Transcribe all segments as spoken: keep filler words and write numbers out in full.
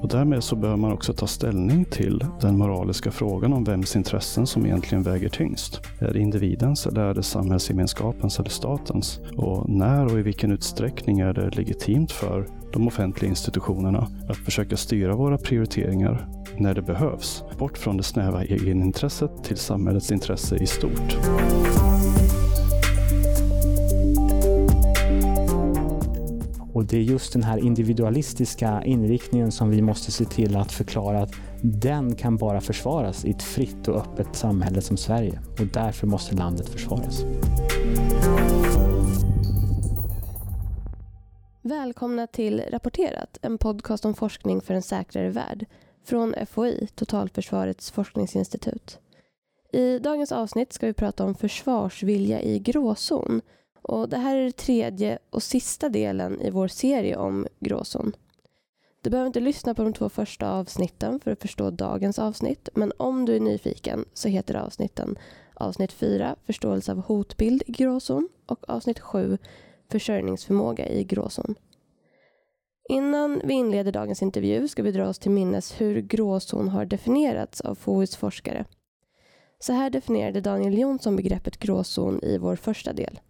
Och därmed så bör man också ta ställning till den moraliska frågan om vems intressen som egentligen väger tyngst. Är det individens eller är det samhällsgemenskapens eller statens? Och när och i vilken utsträckning är det legitimt för de offentliga institutionerna att försöka styra våra prioriteringar när det behövs, bort från det snäva egenintresset till samhällets intresse i stort. Och det är just den här individualistiska inriktningen som vi måste se till att förklara att den kan bara försvaras i ett fritt och öppet samhälle som Sverige. Och därför måste landet försvaras. Välkomna till Rapporterat, en podcast om forskning för en säkrare värld från F O I, Totalförsvarets forskningsinstitut. I dagens avsnitt ska vi prata om försvarsvilja i gråzon. Och det här är den tredje och sista delen i vår serie om gråzon. Du behöver inte lyssna på de två första avsnitten för att förstå dagens avsnitt. Men om du är nyfiken så heter avsnitten avsnitt fyra, förståelse av hotbild i gråzon, och avsnitt sju, försörjningsförmåga i gråzon. Innan vi inleder dagens intervju ska vi dra oss till minnes hur gråzon har definierats av F O I:s forskare. Så här definierade Daniel Jonsson begreppet gråzon i vår första del.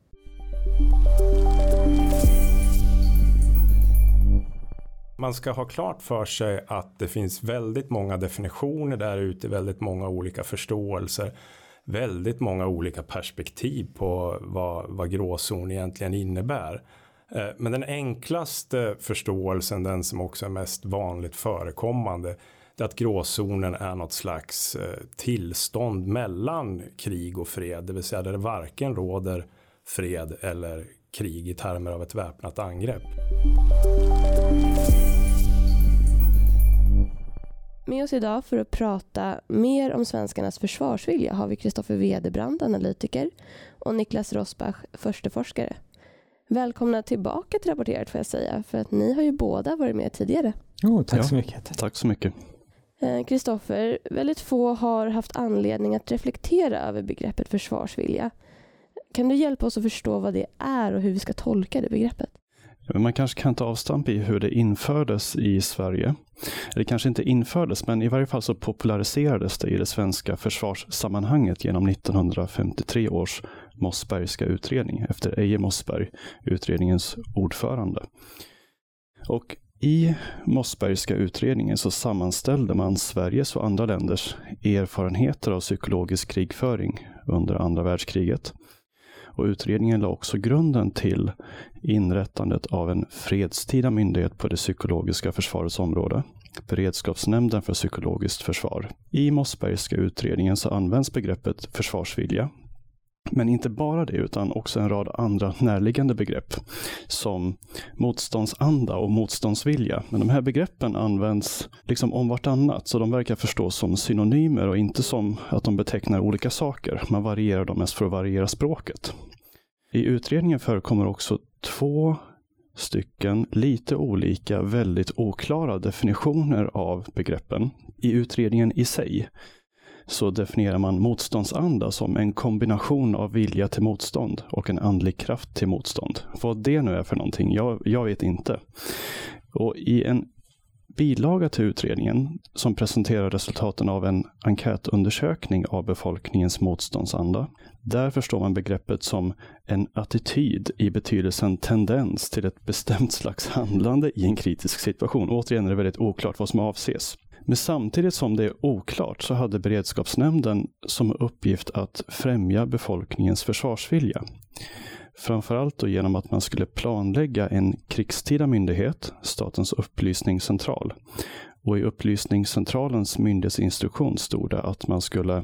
Man ska ha klart för sig att det finns väldigt många definitioner där ute, väldigt många olika förståelser, väldigt många olika perspektiv på vad, vad gråzon egentligen innebär. Men den enklaste förståelsen, den som också är mest vanligt förekommande, är att gråzonen är något slags tillstånd mellan krig och fred, det vill säga där det varken råder fred eller krig i termer av ett väpnat angrepp. Med oss idag för att prata mer om svenskarnas försvarsvilja har vi Kristoffer Wederbrand, analytiker, och Niklas Rosbach, försteforskare. Välkomna tillbaka till Rapporterat, får jag säga, för att ni har ju båda varit med tidigare. Oh, tack ja, så mycket. Tack så mycket. Kristoffer, eh, väldigt få har haft anledning att reflektera över begreppet försvarsvilja. Kan du hjälpa oss att förstå vad det är och hur vi ska tolka det begreppet? Man kanske kan ta avstamp i hur det infördes i Sverige. Det kanske inte infördes, men i varje fall så populariserades det i det svenska försvarssammanhanget genom nittonhundrafemtiotre års Mossbergska utredning efter Eje Mossberg, utredningens ordförande. Och i Mossbergska utredningen så sammanställde man Sveriges och andra länders erfarenheter av psykologisk krigföring under andra världskriget. Och utredningen la också grunden till inrättandet av en fredstida myndighet på det psykologiska försvarets område, Beredskapsnämnden för psykologiskt försvar. I Mossbergska utredningen så används begreppet försvarsvilja. Men inte bara det, utan också en rad andra närliggande begrepp som motståndsanda och motståndsvilja. Men de här begreppen används liksom om vartannat, så de verkar förstås som synonymer och inte som att de betecknar olika saker. Man varierar dem mest för att variera språket. I utredningen förekommer också två stycken lite olika, väldigt oklara definitioner av begreppen. I utredningen i sig så definierar man motståndsanda som en kombination av vilja till motstånd och en andlig kraft till motstånd. Vad det nu är för någonting, jag, jag vet inte. Och i en bilaga till utredningen som presenterar resultaten av en enkätundersökning av befolkningens motståndsanda, där förstår man begreppet som en attityd i betydelsen tendens till ett bestämt slags handlande i en kritisk situation. Återigen är det väldigt oklart vad som avses. Men samtidigt som det är oklart så hade Beredskapsnämnden som uppgift att främja befolkningens försvarsvilja. Framförallt då genom att man skulle planlägga en krigstida myndighet, Statens upplysningscentral. Och i upplysningscentralens myndighetsinstruktion stod det att man skulle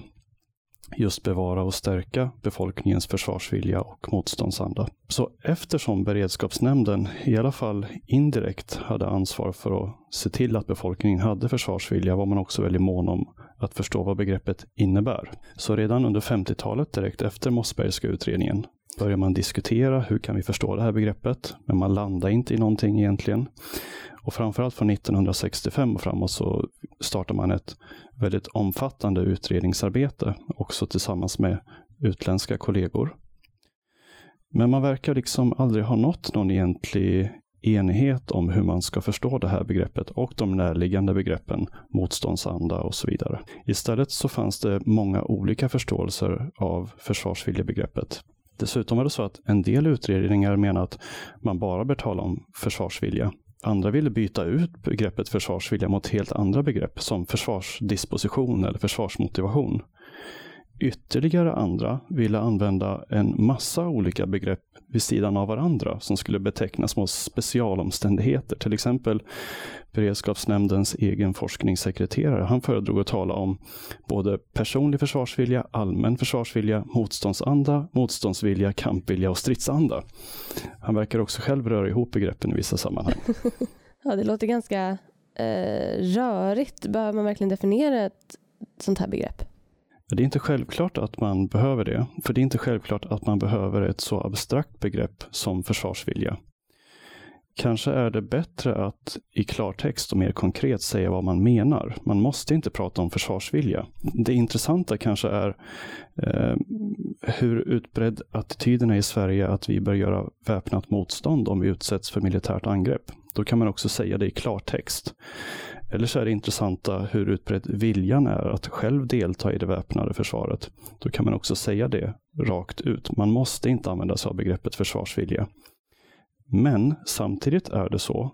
just bevara och stärka befolkningens försvarsvilja och motståndsanda. Så eftersom Beredskapsnämnden i alla fall indirekt hade ansvar för att se till att befolkningen hade försvarsvilja, var man också väldigt mån om att förstå vad begreppet innebär. Så redan under femtiotalet, direkt efter Mossbergska utredningen, börjar man diskutera hur kan vi förstå det här begreppet, men man landar inte i någonting egentligen. Och framförallt från nittonhundrasextiofem och framåt så startar man ett väldigt omfattande utredningsarbete, också tillsammans med utländska kollegor. Men man verkar liksom aldrig ha nått någon egentlig enighet om hur man ska förstå det här begreppet och de närliggande begreppen motståndsanda och så vidare. Istället så fanns det många olika förståelser av försvarsviljebegreppet. Dessutom var det så att en del utredningar menar att man bara bör tala om försvarsvilja. Andra ville byta ut begreppet försvarsvilja mot helt andra begrepp som försvarsdisposition eller försvarsmotivation. Ytterligare andra ville använda en massa olika begrepp vid sidan av varandra som skulle betecknas som specialomständigheter. Till exempel beredskapsnämndens egen forskningssekreterare. Han föredrog att tala om både personlig försvarsvilja, allmän försvarsvilja, motståndsanda, motståndsvilja, kampvilja och stridsanda. Han verkar också själv röra ihop begreppen i vissa sammanhang. Ja, det låter ganska eh, rörigt. Behöver man verkligen definiera ett sånt här begrepp? Det är inte självklart att man behöver det, för det är inte självklart att man behöver ett så abstrakt begrepp som försvarsvilja. Kanske är det bättre att i klartext och mer konkret säga vad man menar. Man måste inte prata om försvarsvilja. Det intressanta kanske är eh, hur utbredd attityderna i Sverige att vi bör göra väpnat motstånd om vi utsätts för militärt angrepp. Då kan man också säga det i klartext. Eller så är det intressanta hur utbredd viljan är att själv delta i det väpnade försvaret. Då kan man också säga det rakt ut. Man måste inte använda sig av begreppet försvarsvilja. Men samtidigt är det så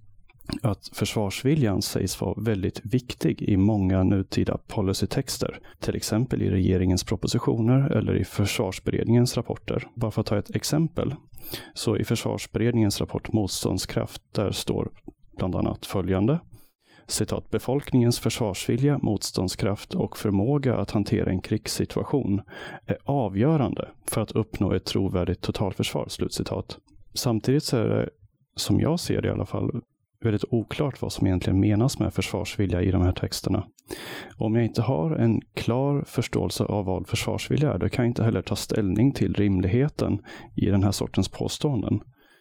att försvarsviljan sägs vara väldigt viktig i många nutida policytexter. Till exempel i regeringens propositioner eller i försvarsberedningens rapporter. Bara för att ta ett exempel. Så i försvarsberedningens rapport Motståndskraft där står bland annat följande. Citat, befolkningens försvarsvilja, motståndskraft och förmåga att hantera en krigssituation är avgörande för att uppnå ett trovärdigt totalförsvar. Slutcitat. Samtidigt så är det, som jag ser det i alla fall, väldigt oklart vad som egentligen menas med försvarsvilja i de här texterna. Om jag inte har en klar förståelse av vad försvarsvilja är, då kan jag inte heller ta ställning till rimligheten i den här sortens påståenden.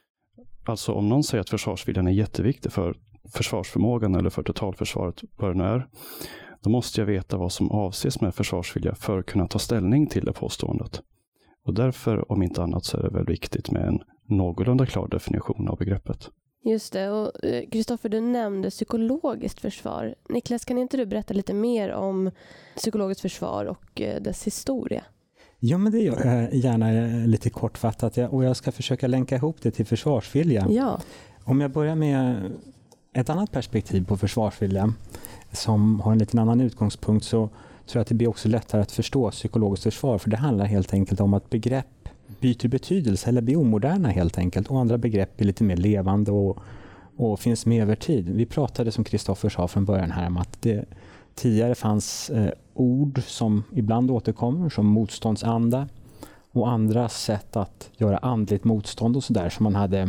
Alltså om någon säger att försvarsviljan är jätteviktig för försvarsförmågan eller för totalförsvaret, vad det nu är, då måste jag veta vad som avses med försvarsvilja för att kunna ta ställning till det påståendet. Och därför, om inte annat, så är det väl viktigt med en någorlunda klar definition av begreppet. Just det, och Kristoffer, du nämnde psykologiskt försvar. Niklas, kan inte du berätta lite mer om psykologiskt försvar och dess historia? Ja, men det gör jag gärna lite kortfattat, och jag ska försöka länka ihop det till försvarsvilja. Ja. Om jag börjar med ett annat perspektiv på försvarsvilja som har en liten annan utgångspunkt, så tror jag att det blir också lättare att förstå psykologiskt försvar, för det handlar helt enkelt om att begrepp byter betydelse eller blir omoderna helt enkelt, och andra begrepp är lite mer levande och, och finns med över tid. Vi pratade, som Kristoffer sa från början här, om att det tidigare fanns eh, ord som ibland återkommer som motståndsanda och andra sätt att göra andligt motstånd och sådär som man hade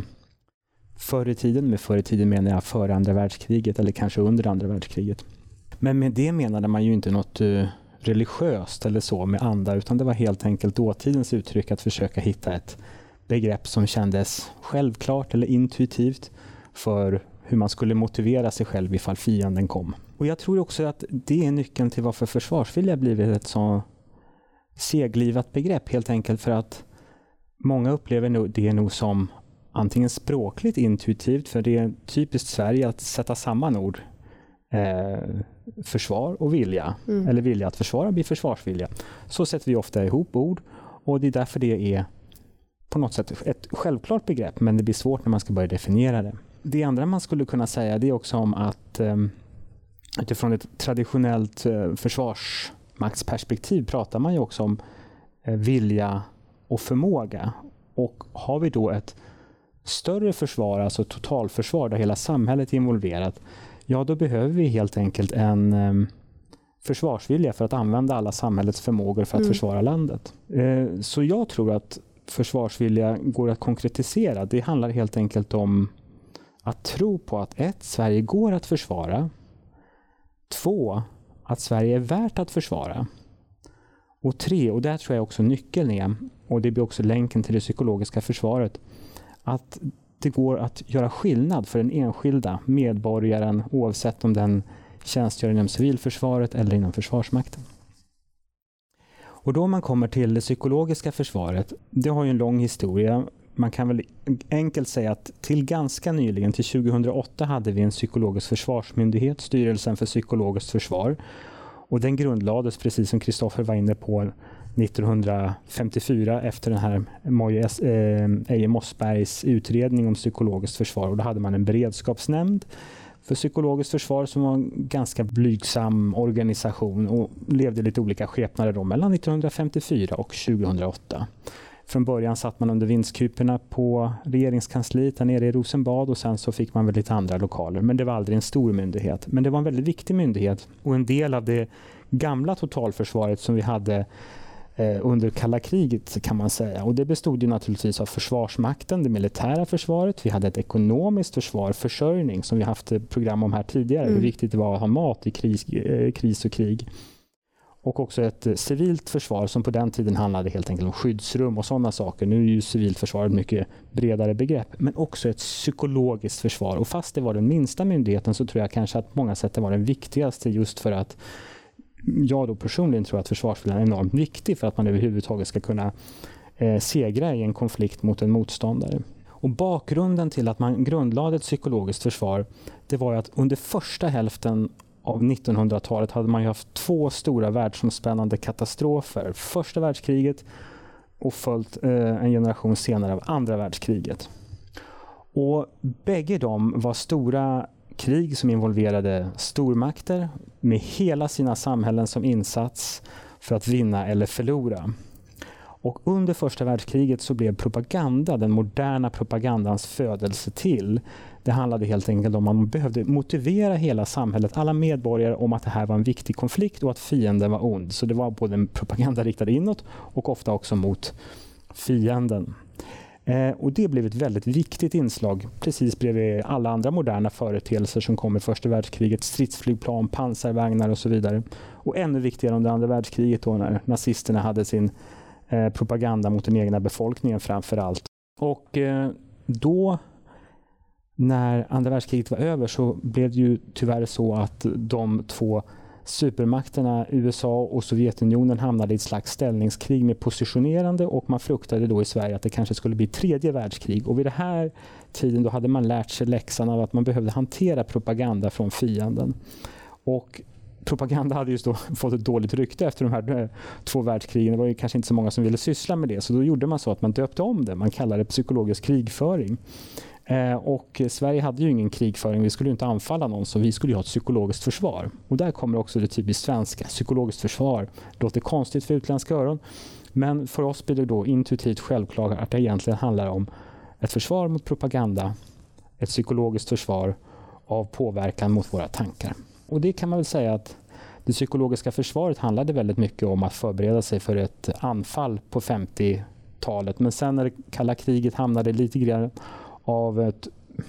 förr i tiden. Med förr i tiden menar jag före andra världskriget eller kanske under andra världskriget. Men med det menade man ju inte något uh, religiöst eller så med anda, utan det var helt enkelt dåtidens uttryck att försöka hitta ett begrepp som kändes självklart eller intuitivt för hur man skulle motivera sig själv ifall fienden kom. Och jag tror också att det är nyckeln till varför försvarsvilja blivit ett så seglivat begrepp, helt enkelt för att många upplever nog det nog som antingen språkligt intuitivt, för det är typiskt Sverige att sätta samman ord. Eh, försvar och vilja. Mm. Eller vilja att försvara blir försvarsvilja. Så sätter vi ofta ihop ord, och det är därför det är på något sätt ett självklart begrepp, men det blir svårt när man ska börja definiera det. Det andra man skulle kunna säga, det är också om att eh, utifrån ett traditionellt eh, försvarsmaktsperspektiv pratar man ju också om eh, vilja och förmåga. Och har vi då ett större försvar, alltså totalförsvar där hela samhället är involverat, ja, då behöver vi helt enkelt en eh, försvarsvilja för att använda alla samhällets förmågor för att mm. försvara landet. Eh, så jag tror att försvarsvilja går att konkretisera. Det handlar helt enkelt om att tro på att ett, Sverige går att försvara. Två, att Sverige är värt att försvara. Och tre, och där tror jag också nyckeln är, och det blir också länken till det psykologiska försvaret, att det går att göra skillnad för den enskilda medborgaren oavsett om den tjänstgör inom civilförsvaret eller inom försvarsmakten. Och då man kommer till det psykologiska försvaret, det har ju en lång historia. man kan väl enkelt säga att till ganska nyligen, till tjugohundraåtta, hade vi en psykologisk försvarsmyndighet, Styrelsen för psykologiskt försvar. Och den grundlades, precis som Kristoffer var inne på, nittonhundrafemtiofyra efter den här Eje Mossbergs utredning om psykologiskt försvar. Och då hade man en beredskapsnämnd för psykologiskt försvar som var en ganska blygsam organisation och levde lite olika skepnader då mellan nittonhundrafemtiofyra och tjugohundraåtta. Från början satt man under vindskuporna på regeringskansliet där nere i Rosenbad och sen så fick man väl lite andra lokaler. Men det var aldrig en stor myndighet. Men det var en väldigt viktig myndighet och en del av det gamla totalförsvaret som vi hade eh, under kalla kriget kan man säga. Och det bestod ju naturligtvis av försvarsmakten, det militära försvaret. Vi hade ett ekonomiskt försvar, försörjning som vi haft program om här tidigare. Mm. Hur viktigt det var att ha mat i kris, eh, kris och krig. Och också ett civilt försvar som på den tiden handlade helt enkelt om skyddsrum och sådana saker. Nu är ju civilt försvar ett mycket bredare begrepp. Men också ett psykologiskt försvar. Och fast det var den minsta myndigheten så tror jag kanske att på många sätt det var den viktigaste, just för att jag då personligen tror att försvarsviljan är enormt viktig för att man överhuvudtaget ska kunna eh, segra i en konflikt mot en motståndare. Och bakgrunden till att man grundlade ett psykologiskt försvar, det var ju att under första hälften av nittonhundratalet hade man ju haft två stora världsomspännande katastrofer. Första världskriget och följt eh, en generation senare av andra världskriget. Och bägge de var stora krig som involverade stormakter med hela sina samhällen som insats för att vinna eller förlora. Och under första världskriget så blev propaganda, den moderna propagandans födelse till. Det handlade helt enkelt om att man behövde motivera hela samhället, alla medborgare, om att det här var en viktig konflikt och att fienden var ond. Så det var både en propaganda riktad inåt och ofta också mot fienden. Eh, och det blev ett väldigt viktigt inslag precis bredvid alla andra moderna företeelser som kom i första världskriget, stridsflygplan, pansarvagnar och så vidare. Och ännu viktigare under andra världskriget då när nazisterna hade sin eh, propaganda mot den egna befolkningen framför allt. Och eh, då när andra världskriget var över så blev det ju tyvärr så att de två supermakterna U S A och Sovjetunionen hamnade i ett slags ställningskrig med positionerande, och man fruktade då i Sverige att det kanske skulle bli tredje världskrig. Och vid det här tiden då hade man lärt sig läxan av att man behövde hantera propaganda från fienden. Och propaganda hade just då fått ett dåligt rykte efter de här två världskrigen. Det var ju kanske inte så många som ville syssla med det, så då gjorde man så att man döpte om det. Man kallade det psykologisk krigföring. Eh, och Sverige hade ju ingen krigföring, vi skulle ju inte anfalla någon, så vi skulle ju ha ett psykologiskt försvar. Och där kommer också det typiskt svenska, psykologiskt försvar. Det låter konstigt för utländska öron, men för oss blir det då intuitivt självklart att det egentligen handlar om ett försvar mot propaganda, ett psykologiskt försvar av påverkan mot våra tankar. Och det kan man väl säga att det psykologiska försvaret handlade väldigt mycket om att förbereda sig för ett anfall på femtiotalet, men sen när det kalla kriget hamnade lite grann av ett,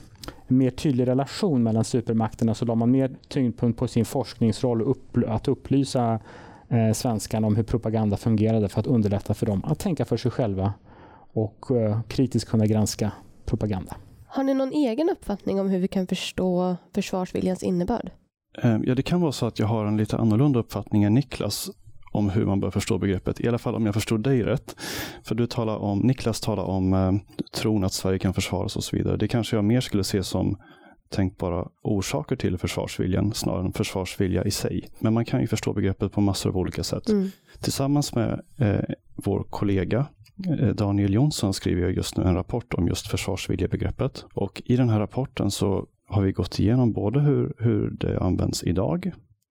en mer tydlig relation mellan supermakterna, så la man mer tyngdpunkt på sin forskningsroll och upp, att upplysa eh, svenskarna om hur propaganda fungerade för att underlätta för dem att tänka för sig själva och eh, kritiskt kunna granska propaganda. Har ni någon egen uppfattning om hur vi kan förstå försvarsviljans innebörd? Ja, det kan vara så att jag har en lite annorlunda uppfattning än Niklas om hur man bör förstå begreppet. I alla fall om jag förstod dig rätt. För du talar om, Niklas talar om eh, tron att Sverige kan försvaras och så vidare. Det kanske jag mer skulle se som tänkbara orsaker till försvarsviljan snarare än försvarsvilja i sig. Men man kan ju förstå begreppet på massor av olika sätt. Mm. Tillsammans med eh, vår kollega eh, Daniel Jonsson skriver jag just nu en rapport om just försvarsviljebegreppet. Och i den här rapporten så har vi gått igenom både hur, hur det används idag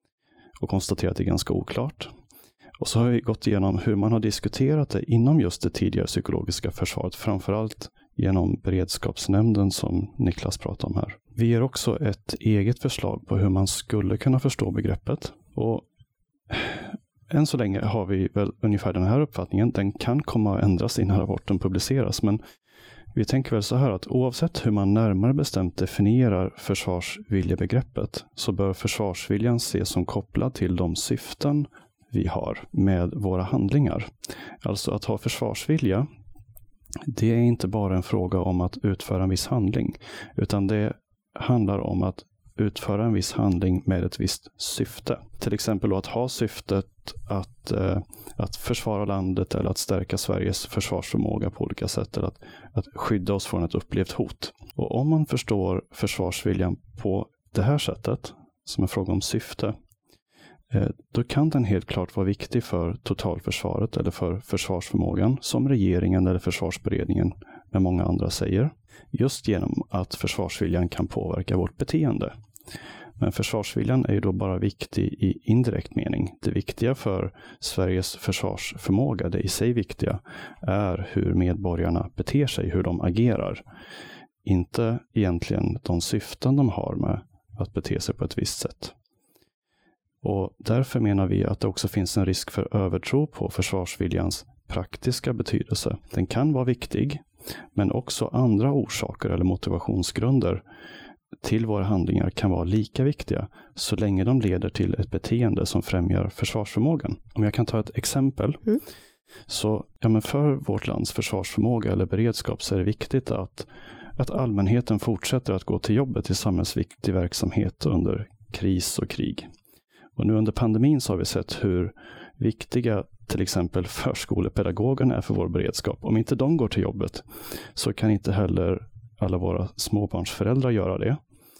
och konstaterat att det är ganska oklart. Och så har vi gått igenom hur man har diskuterat det inom just det tidigare psykologiska försvaret, framförallt genom beredskapsnämnden som Niklas pratade om här. Vi ger också ett eget förslag på hur man skulle kunna förstå begreppet. Och än så länge har vi väl ungefär den här uppfattningen. Den kan komma att ändras innan rapporten publiceras, men vi tänker väl så här att oavsett hur man närmare bestämt definierar försvarsviljebegreppet så bör försvarsviljan ses som kopplad till de syften vi har med våra handlingar. Alltså att ha försvarsvilja, det är inte bara en fråga om att utföra en viss handling, utan det handlar om att utföra en viss handling med ett visst syfte. Till exempel då att ha syftet att, eh, att försvara landet eller att stärka Sveriges försvarsförmåga på olika sätt eller att, att skydda oss från ett upplevt hot. Och om man förstår försvarsviljan på det här sättet, som en fråga om syfte, eh, då kan den helt klart vara viktig för totalförsvaret eller för försvarsförmågan, som regeringen eller försvarsberedningen med många andra säger, just genom att försvarsviljan kan påverka vårt beteende. Men försvarsviljan är ju då bara viktig i indirekt mening. Det viktiga för Sveriges försvarsförmåga, det i sig viktiga, är hur medborgarna beter sig, hur de agerar. Inte egentligen de syften de har med att bete sig på ett visst sätt. Och därför menar vi att det också finns en risk för övertro på försvarsviljans praktiska betydelse. Den kan vara viktig, men också andra orsaker eller motivationsgrunder till våra handlingar kan vara lika viktiga så länge de leder till ett beteende som främjar försvarsförmågan. Om jag kan ta ett exempel. Mm. Så ja, men för vårt lands försvarsförmåga eller beredskap så är det viktigt att, att allmänheten fortsätter att gå till jobbet i samhällsviktig verksamhet under kris och krig. Och nu under pandemin så har vi sett hur viktiga till exempel förskolepedagogerna är för vår beredskap. Om inte de går till jobbet så kan inte heller alla våra småbarnsföräldrar göra det.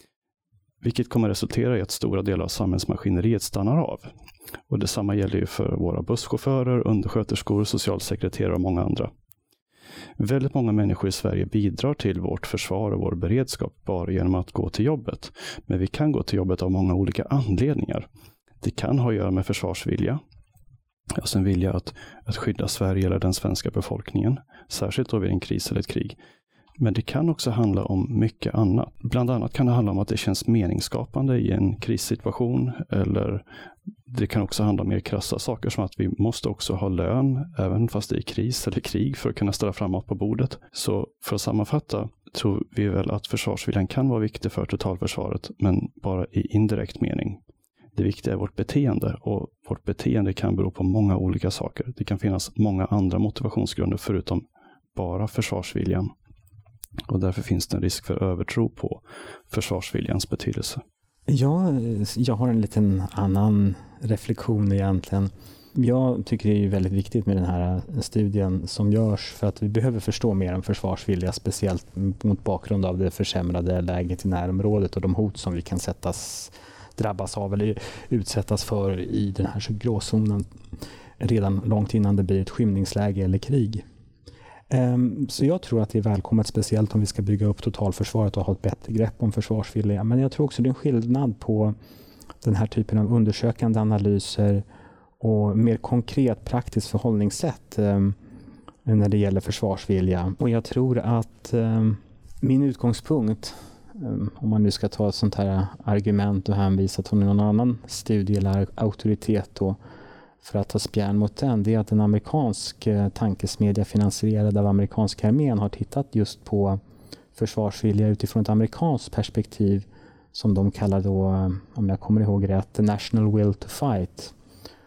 Vilket kommer resultera i att stora delar av samhällsmaskineriet stannar av. Och detsamma gäller ju för våra busschaufförer, undersköterskor, socialsekreterare och många andra. Väldigt många människor i Sverige bidrar till vårt försvar och vår beredskap bara genom att gå till jobbet. Men vi kan gå till jobbet av många olika anledningar. Det kan ha att göra med försvarsvilja. Alltså en vilja att, att skydda Sverige eller den svenska befolkningen. Särskilt då vid en kris eller ett krig. Men det kan också handla om mycket annat. Bland annat kan det handla om att det känns meningsskapande i en krissituation. Eller det kan också handla om mer krassa saker som att vi måste också ha lön även fast det är kris eller krig för att kunna ställa framåt på bordet. Så för att sammanfatta tror vi väl att försvarsviljan kan vara viktig för totalförsvaret men bara i indirekt mening. Det viktiga är vårt beteende och vårt beteende kan bero på många olika saker. Det kan finnas många andra motivationsgrunder förutom bara försvarsviljan. Och därför finns det en risk för övertro på försvarsviljans betydelse. Ja, jag har en liten annan reflektion egentligen. Jag tycker det är väldigt viktigt med den här studien som görs för att vi behöver förstå mer om försvarsvilja, speciellt mot bakgrund av det försämrade läget i närområdet och de hot som vi kan sättas, drabbas av eller utsättas för i den här gråzonen redan långt innan det blir ett skymningsläge eller krig. Så jag tror att det är välkommet, speciellt om vi ska bygga upp totalförsvaret och ha ett bättre grepp om försvarsvilja. Men jag tror också det är en skillnad på den här typen av undersökande analyser och mer konkret praktiskt förhållningssätt när det gäller försvarsvilja. Och jag tror att min utgångspunkt, om man nu ska ta ett sånt här argument och hänvisa till någon annan studie eller auktoritet då, för att ta spjärn mot den, det är att en amerikansk tankesmedja finansierad av amerikanska armén har tittat just på försvarsvilja utifrån ett amerikanskt perspektiv som de kallar då, om jag kommer ihåg rätt, the national will to fight.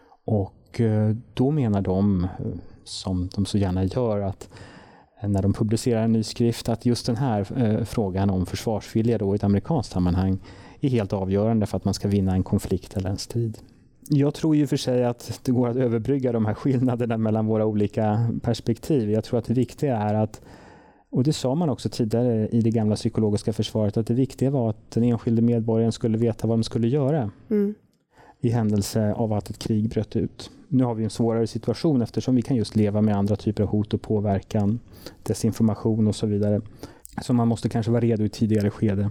Och då menar de, som de så gärna gör, att när de publicerar en ny skrift att just den här eh, frågan om försvarsvilja då i ett amerikanskt sammanhang är helt avgörande för att man ska vinna en konflikt eller en strid. Jag tror ju för sig att det går att överbrygga de här skillnaderna mellan våra olika perspektiv. Jag tror att det viktiga är att, och det sa man också tidigare i det gamla psykologiska försvaret, att det viktiga var att den enskilde medborgaren skulle veta vad de skulle göra mm. i händelse av att ett krig bröt ut. Nu har vi en svårare situation eftersom vi kan just leva med andra typer av hot och påverkan, desinformation och så vidare. Så man måste kanske vara redo i tidigare skede.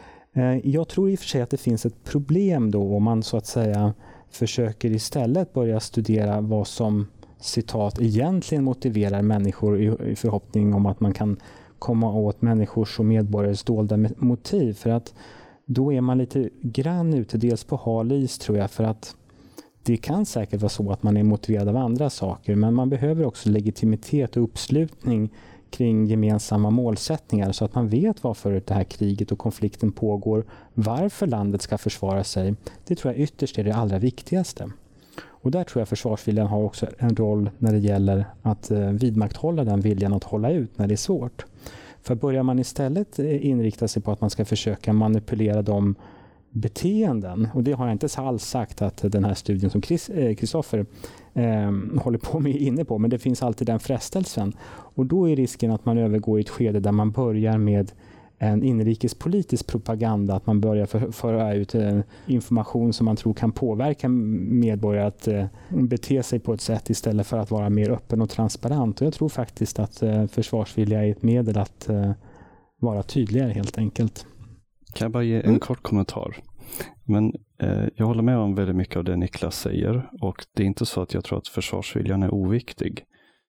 Jag tror i och för sig att det finns ett problem då om man så att säga försöker istället börja studera vad som, citat, egentligen motiverar människor i förhoppning om att man kan komma åt människors och medborgares dolda motiv. För att då är man lite grann ute dels på hal is, tror jag, för att det kan säkert vara så att man är motiverad av andra saker, men man behöver också legitimitet och uppslutning kring gemensamma målsättningar så att man vet varför det här kriget och konflikten pågår, varför landet ska försvara sig. Det tror jag ytterst är det allra viktigaste. Och där tror jag försvarsviljan har också en roll när det gäller att vidmakthålla den viljan att hålla ut när det är svårt. För börjar man istället inrikta sig på att man ska försöka manipulera de beteenden. Och det har jag inte alls sagt att den här studien som Kristoffer eh, håller på med är inne på, men det finns alltid den frestelsen. Och då är risken att man övergår i ett skede där man börjar med en inrikespolitisk propaganda, att man börjar för, föra ut eh, information som man tror kan påverka medborgare att eh, bete sig på ett sätt istället för att vara mer öppen och transparent. Och jag tror faktiskt att eh, försvarsvilja är ett medel att eh, vara tydligare helt enkelt. Kan jag bara ge en kort kommentar? Men eh, jag håller med om väldigt mycket av det Niklas säger, och det är inte så att jag tror att försvarsviljan är oviktig.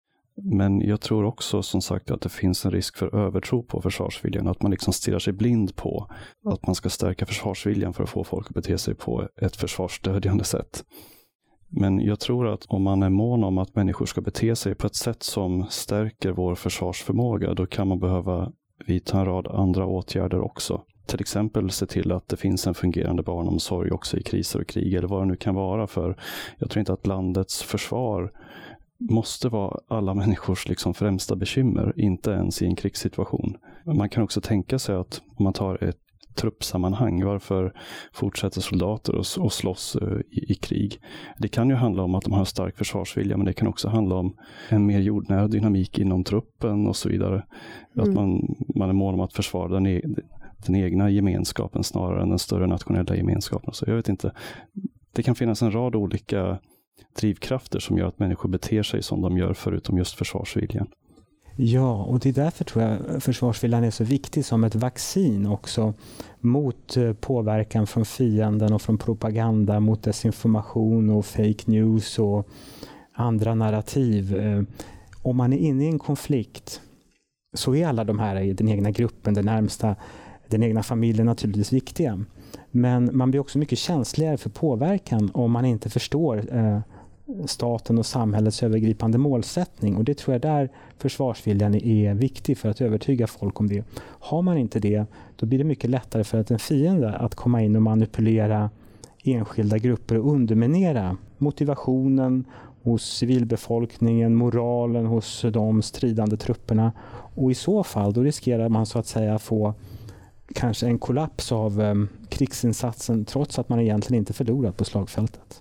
Men jag tror också som sagt att det finns en risk för övertro på försvarsviljan, att man liksom stirrar sig blind på att man ska stärka försvarsviljan för att få folk att bete sig på ett försvarsstödjande sätt. Men jag tror att om man är mån om att människor ska bete sig på ett sätt som stärker vår försvarsförmåga, då kan man behöva vidta en rad andra åtgärder också. Till exempel se till att det finns en fungerande barnomsorg också i kriser och krig, eller vad det nu kan vara. För jag tror inte att landets försvar måste vara alla människors liksom främsta bekymmer, inte ens i en krigssituation. Man kan också tänka sig att om man tar ett truppsammanhang, varför fortsätter soldater och, och slåss uh, i, i krig? Det kan ju handla om att de har stark försvarsvilja, men det kan också handla om en mer jordnära dynamik inom truppen och så vidare. Mm. Att man, man är mån om att försvara den, e, den egna gemenskapen snarare än den större nationella gemenskapen. Så jag vet inte, det kan finnas en rad olika drivkrafter som gör att människor beter sig som de gör, förutom just försvarsviljan. Ja, och det är därför tror jag försvarsviljan är så viktig som ett vaccin också mot påverkan från fienden och från propaganda, mot desinformation och fake news och andra narrativ. Om man är inne i en konflikt så är alla de här i den egna gruppen, den närmsta, den egna familjen naturligtvis viktiga. Men man blir också mycket känsligare för påverkan om man inte förstår eh, staten och samhällets övergripande målsättning. Och det tror jag där försvarsviljan är viktig för att övertyga folk om det. Har man inte det, då blir det mycket lättare för att en fiende att komma in och manipulera enskilda grupper och underminera motivationen hos civilbefolkningen, moralen hos de stridande trupperna. Och i så fall då riskerar man så att säga få kanske en kollaps av eh, krigsinsatsen trots att man egentligen inte förlorat på slagfältet.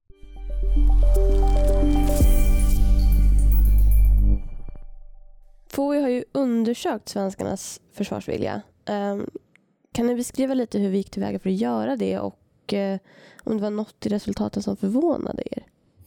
F O I har ju undersökt svenskarnas försvarsvilja. Um, kan ni beskriva lite hur vi gick tillväga för att göra det och uh, om det var något i resultaten som förvånade er?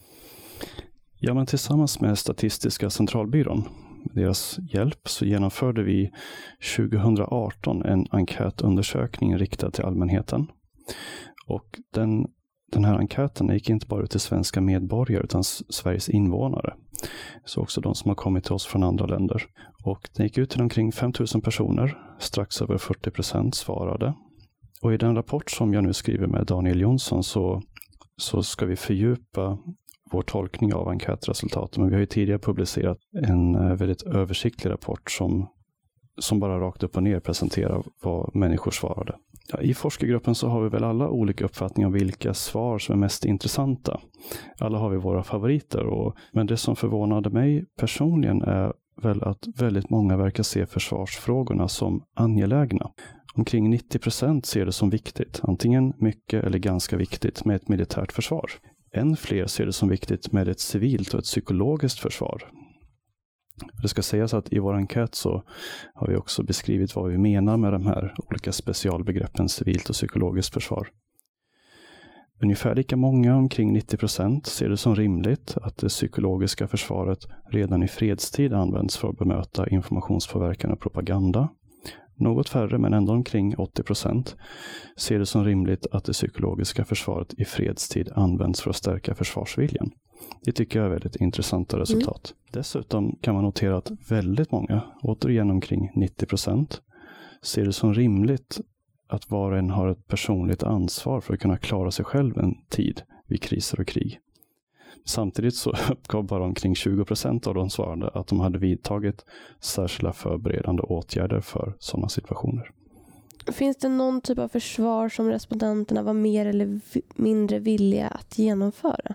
Ja, men tillsammans med Statistiska centralbyrån, med deras hjälp, så genomförde vi tjugohundraarton en enkätundersökning riktad till allmänheten. Och den, den här enkäten gick inte bara ut till svenska medborgare utan Sveriges invånare. Så också de som har kommit till oss från andra länder. Och den gick ut till omkring fem tusen personer, strax över fyrtio procent svarade. Och i den rapport som jag nu skriver med Daniel Jonsson så, så ska vi fördjupa vår tolkning av enkätresultaten. Men vi har ju tidigare publicerat en väldigt översiktlig rapport som, som bara rakt upp och ner presenterar vad människor svarade. Ja, i forskargruppen så har vi väl alla olika uppfattningar om vilka svar som är mest intressanta. Alla har vi våra favoriter. Och, men det som förvånade mig personligen är väl att väldigt många verkar se försvarsfrågorna som angelägna. Omkring nittio procent ser det som viktigt, antingen mycket eller ganska viktigt med ett militärt försvar. Än fler ser det som viktigt med ett civilt och ett psykologiskt försvar. Det ska sägas att i vår enkät så har vi också beskrivit vad vi menar med de här olika specialbegreppen civilt och psykologiskt försvar. Ungefär lika många, omkring nittio procent, ser det som rimligt att det psykologiska försvaret redan i fredstid används för att bemöta informationspåverkan och propaganda. Något färre, men ändå omkring åttio procent, ser det som rimligt att det psykologiska försvaret i fredstid används för att stärka försvarsviljan. Det tycker jag är väldigt intressanta resultat. Mm. Dessutom kan man notera att väldigt många, återigen omkring nittio procent, ser det som rimligt att var och en har ett personligt ansvar för att kunna klara sig själv en tid vid kriser och krig. Samtidigt så uppgav bara omkring tjugo procent av de svarande att de hade vidtagit särskilda förberedande åtgärder för sådana situationer. Finns det någon typ av försvar som respondenterna var mer eller mindre villiga att genomföra?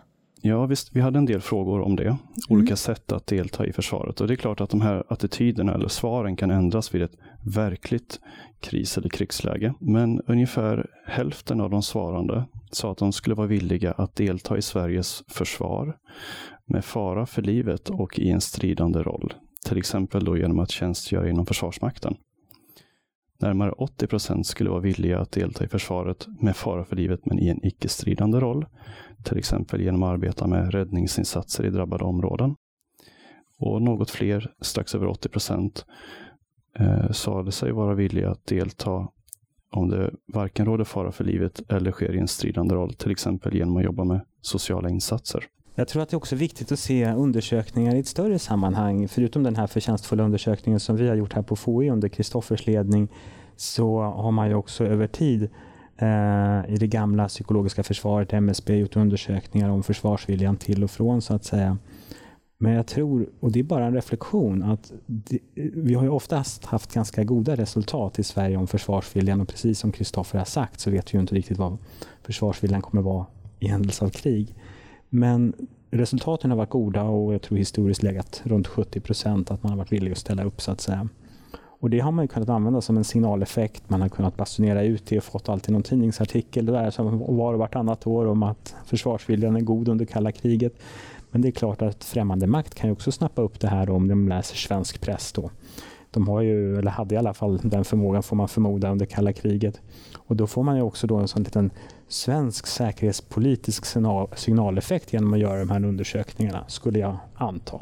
Ja visst, vi hade en del frågor om det. Olika Mm. sätt att delta i försvaret. Och det är klart att de här attityderna eller svaren kan ändras vid ett verkligt kris- eller krigsläge. Men ungefär hälften av de svarande sa att de skulle vara villiga att delta i Sveriges försvar med fara för livet och i en stridande roll. Till exempel då genom att tjänstgöra inom Försvarsmakten. Närmare åttio procent skulle vara villiga att delta i försvaret med fara för livet men i en icke-stridande roll. Till exempel genom att arbeta med räddningsinsatser i drabbade områden. Och något fler, strax över åttio procent, eh, sade sig vara villiga att delta om det varken råder fara för livet eller sker i en stridande roll. Till exempel genom att jobba med sociala insatser. Jag tror att det är också viktigt att se undersökningar i ett större sammanhang. Förutom den här förtjänstfulla undersökningen som vi har gjort här på F O I under Kristoffers ledning, så har man ju också över tid eh, i det gamla psykologiska försvaret, M S B, gjort undersökningar om försvarsviljan till och från så att säga. Men jag tror, och det är bara en reflektion, att det, vi har ju oftast haft ganska goda resultat i Sverige om försvarsviljan, och precis som Kristoffer har sagt så vet vi ju inte riktigt vad försvarsviljan kommer vara i händelse av krig. Men resultaten har varit goda och jag tror historiskt legat runt sjuttio procent att man har varit villig att ställa upp så att säga. Och det har man ju kunnat använda som en signaleffekt. Man har kunnat basunera ut det och fått alltid någon tidningsartikel där som var och vartannat år om att försvarsviljan är god under kalla kriget. Men det är klart att främmande makt kan ju också snappa upp det här om de läser svensk press då. De har ju, eller hade i alla fall den förmågan får man förmoda under kalla kriget. Och då får man ju också då en sån liten svensk säkerhetspolitisk signal, signaleffekt genom att göra de här undersökningarna, skulle jag anta.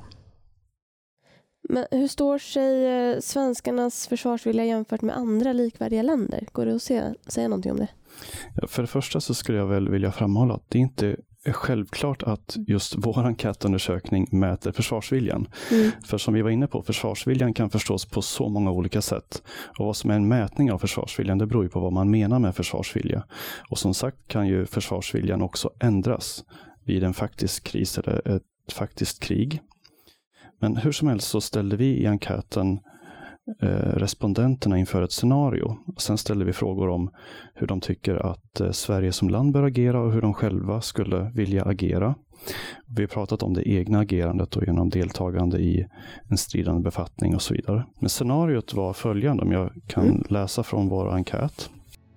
Men hur står sig svenskarnas försvarsvilja jämfört med andra likvärdiga länder? Går det att se, säga någonting om det? Ja, för det första så skulle jag väl vilja framhålla att det inte är självklart att just vår enkätundersökning mäter försvarsviljan. Mm. För som vi var inne på, försvarsviljan kan förstås på så många olika sätt. Och vad som är en mätning av försvarsviljan, det beror ju på vad man menar med försvarsvilja. Och som sagt kan ju försvarsviljan också ändras vid en faktisk kris eller ett faktiskt krig. Men hur som helst så ställde vi i enkäten eh, respondenterna inför ett scenario. Sen ställde vi frågor om hur de tycker att eh, Sverige som land bör agera och hur de själva skulle vilja agera. Vi har pratat om det egna agerandet och genom deltagande i en stridande befattning och så vidare. Men scenariot var följande, om jag kan mm. läsa från vår enkät.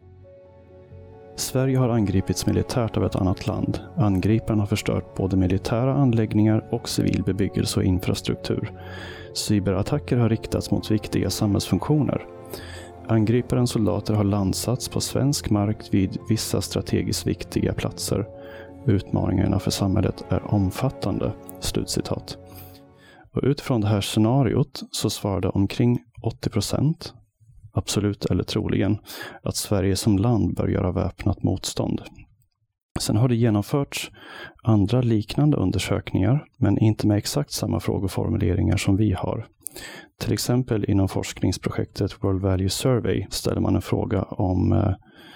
Sverige har angripits militärt av ett annat land. Angriparen har förstört både militära anläggningar och civil bebyggelse och infrastruktur. Cyberattacker har riktats mot viktiga samhällsfunktioner. Angriparens soldater har landsats på svensk mark vid vissa strategiskt viktiga platser. Utmaningarna för samhället är omfattande. Slutcitat. Och utifrån det här scenariot så svarade omkring åttio procent, absolut eller troligen, att Sverige som land bör göra väpnat motstånd. Sen har det genomförts andra liknande undersökningar, men inte med exakt samma frågeformuleringar som vi har. Till exempel inom forskningsprojektet World Value Survey ställer man en fråga om, eh,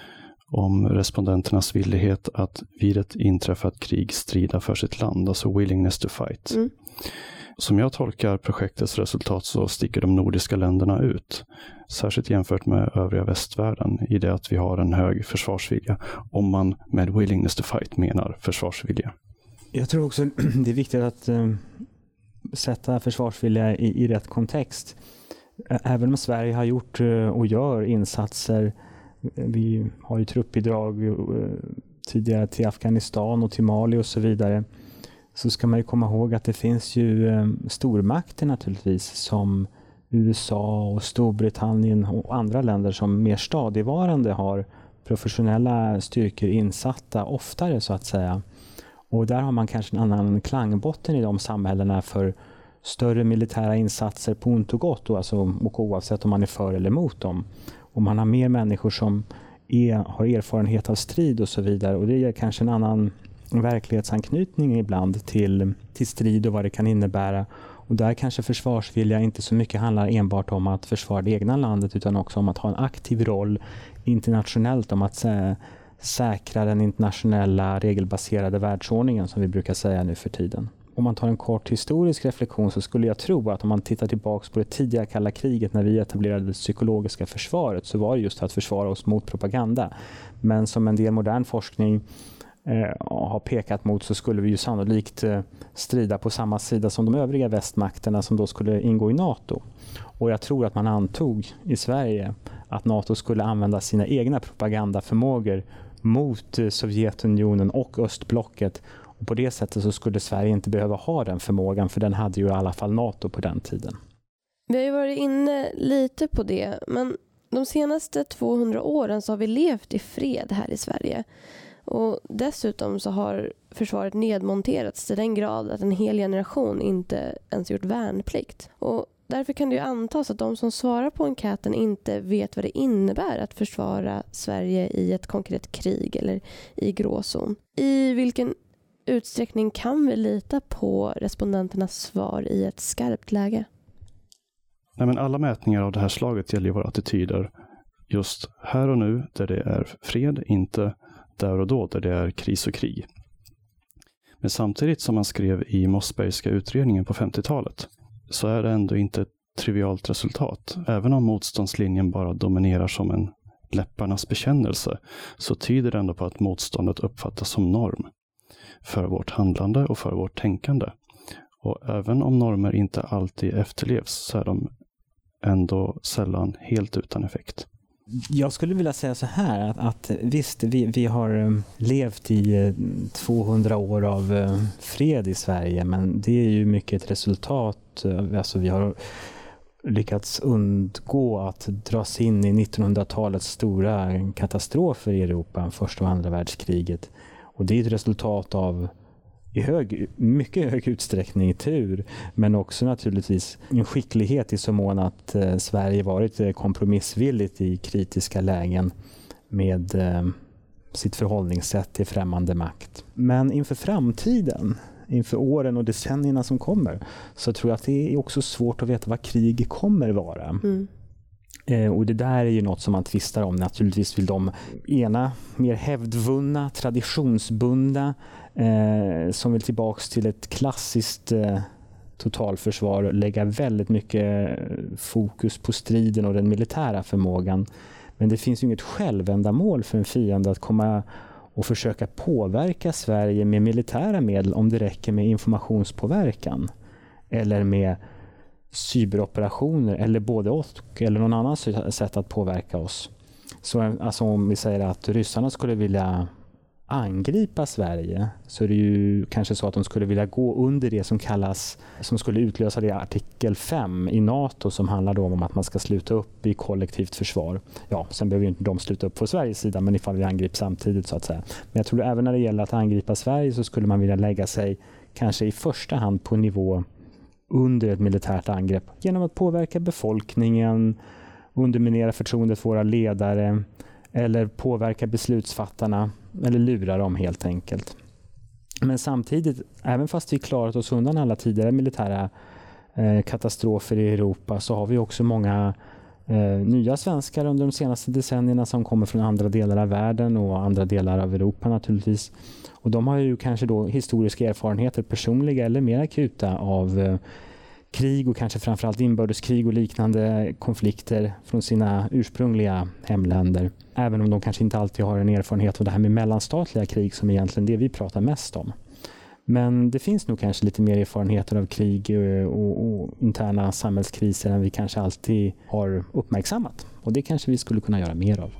om respondenternas villighet att vid ett inträffat krig strida för sitt land, alltså willingness to fight. Mm. Som jag tolkar projektets resultat så sticker de nordiska länderna ut, särskilt jämfört med övriga västvärlden, i det att vi har en hög försvarsvilja, om man med willingness to fight menar försvarsvilja. Jag tror också det är viktigt att uh, sätta försvarsvilja i, i rätt kontext. Även om Sverige har gjort uh, och gör insatser, vi har ju truppbidrag uh, tidigare till Afghanistan och till Mali och så vidare, så ska man ju komma ihåg att det finns ju eh, stormakter naturligtvis som U S A och Storbritannien och andra länder som mer stadigvarande har professionella styrkor insatta oftare så att säga. Och där har man kanske en annan klangbotten i de samhällena för större militära insatser på ont och gott, och, alltså, och oavsett om man är för eller emot dem. Och man har mer människor som är, har erfarenhet av strid och så vidare, och det ger kanske en annan verklighetsanknytning ibland till, till strid och vad det kan innebära. Och där kanske försvarsvilja inte så mycket handlar enbart om att försvara det egna landet, utan också om att ha en aktiv roll internationellt, om att sä- säkra den internationella regelbaserade världsordningen som vi brukar säga nu för tiden. Om man tar en kort historisk reflektion så skulle jag tro att om man tittar tillbaka på det tidiga kalla kriget när vi etablerade det psykologiska försvaret, så var det just att försvara oss mot propaganda. Men som en del modern forskning eh, har pekat mot, så skulle vi ju sannolikt eh, strida på samma sida som de övriga västmakterna som då skulle ingå i NATO. Och jag tror att man antog i Sverige att NATO skulle använda sina egna propagandaförmågor mot eh, Sovjetunionen och östblocket. Och på det sättet så skulle Sverige inte behöva ha den förmågan, för den hade ju i alla fall NATO på den tiden. Vi har ju varit inne lite på det, men de senaste tvåhundra åren så har vi levt i fred här i Sverige. Och dessutom så har försvaret nedmonterats till den grad att en hel generation inte ens gjort värnplikt. Och därför kan det ju antas att de som svarar på enkäten inte vet vad det innebär att försvara Sverige i ett konkret krig eller i gråzon. I vilken utsträckning kan vi lita på respondenternas svar i ett skarpt läge? Nej, men alla mätningar av det här slaget gäller ju våra attityder just här och nu där det är fred, inte där och då där det är kris och krig. Men samtidigt som man skrev i Mossbergska utredningen på femtiotalet så är det ändå inte ett trivialt resultat. Även om motståndslinjen bara dominerar som en läpparnas bekännelse så tyder det ändå på att motståndet uppfattas som norm för vårt handlande och för vårt tänkande. Och även om normer inte alltid efterlevs så är de ändå sällan helt utan effekt. Jag skulle vilja säga så här att, att visst, vi, vi har levt i tvåhundra år av fred i Sverige, men det är ju mycket ett resultat. Alltså vi har lyckats undgå att dras in i nittonhundratalets stora katastrofer i Europa, första och andra världskriget. Och det är ett resultat av i hög, mycket hög utsträckning tur, men också naturligtvis en skicklighet i så mån att eh, Sverige varit kompromissvilligt i kritiska lägen med eh, sitt förhållningssätt till främmande makt. Men inför framtiden, inför åren och decennierna som kommer, så tror jag att det är också svårt att veta vad krig kommer vara. Mm. Eh, och det där är ju något som man tvistar om. Naturligtvis vill de ena mer hävdvunna, traditionsbundna, eh, som vill tillbaks till ett klassiskt eh, totalförsvar, lägga väldigt mycket fokus på striden och den militära förmågan. Men det finns ju inget självändamål för en fiende att komma och försöka påverka Sverige med militära medel om det räcker med informationspåverkan eller med cyberoperationer eller både och eller någon annan sätt att påverka oss. Så alltså om vi säger att ryssarna skulle vilja angripa Sverige, så är det ju kanske så att de skulle vilja gå under det som kallas, som skulle utlösa det artikel fem i NATO, som handlar då om att man ska sluta upp i kollektivt försvar. Ja, sen behöver ju inte de sluta upp på Sveriges sida, men ifall vi angrips samtidigt så att säga. Men jag tror även när det gäller att angripa Sverige så skulle man vilja lägga sig kanske i första hand på nivå under ett militärt angrepp genom att påverka befolkningen, underminera förtroendet för våra ledare eller påverka beslutsfattarna eller lura dem helt enkelt. Men samtidigt, även fast vi klarat oss undan alla tidigare militära eh, katastrofer i Europa, så har vi också många eh, nya svenskar under de senaste decennierna som kommer från andra delar av världen och andra delar av Europa naturligtvis. Och de har ju kanske då historiska erfarenheter, personliga eller mer akuta, av eh, krig och kanske framförallt inbördeskrig och liknande konflikter från sina ursprungliga hemländer. Även om de kanske inte alltid har en erfarenhet av det här med mellanstatliga krig som egentligen det vi pratar mest om. Men det finns nog kanske lite mer erfarenheter av krig och, och, och interna samhällskriser än vi kanske alltid har uppmärksammat. Och det kanske vi skulle kunna göra mer av.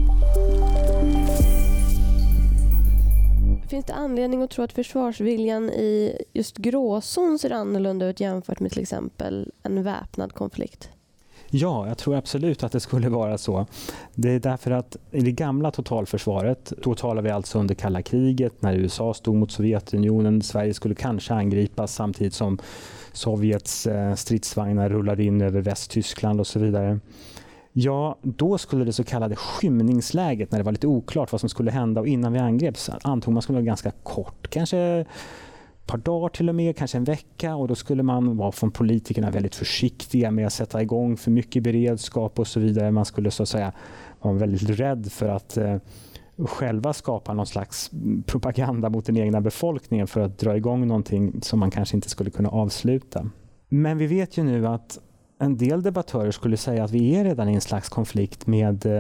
Finns det anledning att tro att försvarsviljan i just gråzon ser annorlunda ut jämfört med till exempel en väpnad konflikt? Ja, jag tror absolut att det skulle vara så. Det är därför att i det gamla totalförsvaret, då talar vi alltså under kalla kriget, när U S A stod mot Sovjetunionen, Sverige skulle kanske angripas samtidigt som Sovjets stridsvagnar rullade in över Västtyskland och så vidare. Ja, då skulle det så kallade skymningsläget, när det var lite oklart vad som skulle hända och innan vi angreps, antog man skulle vara ganska kort, kanske ett par dagar till och med, kanske en vecka, och då skulle man vara från politikerna väldigt försiktiga med att sätta igång för mycket beredskap och så vidare. Man skulle så att säga vara väldigt rädd för att eh, själva skapa någon slags propaganda mot den egna befolkningen för att dra igång någonting som man kanske inte skulle kunna avsluta. Men vi vet ju nu att en del debattörer skulle säga att vi är redan i en slags konflikt med eh,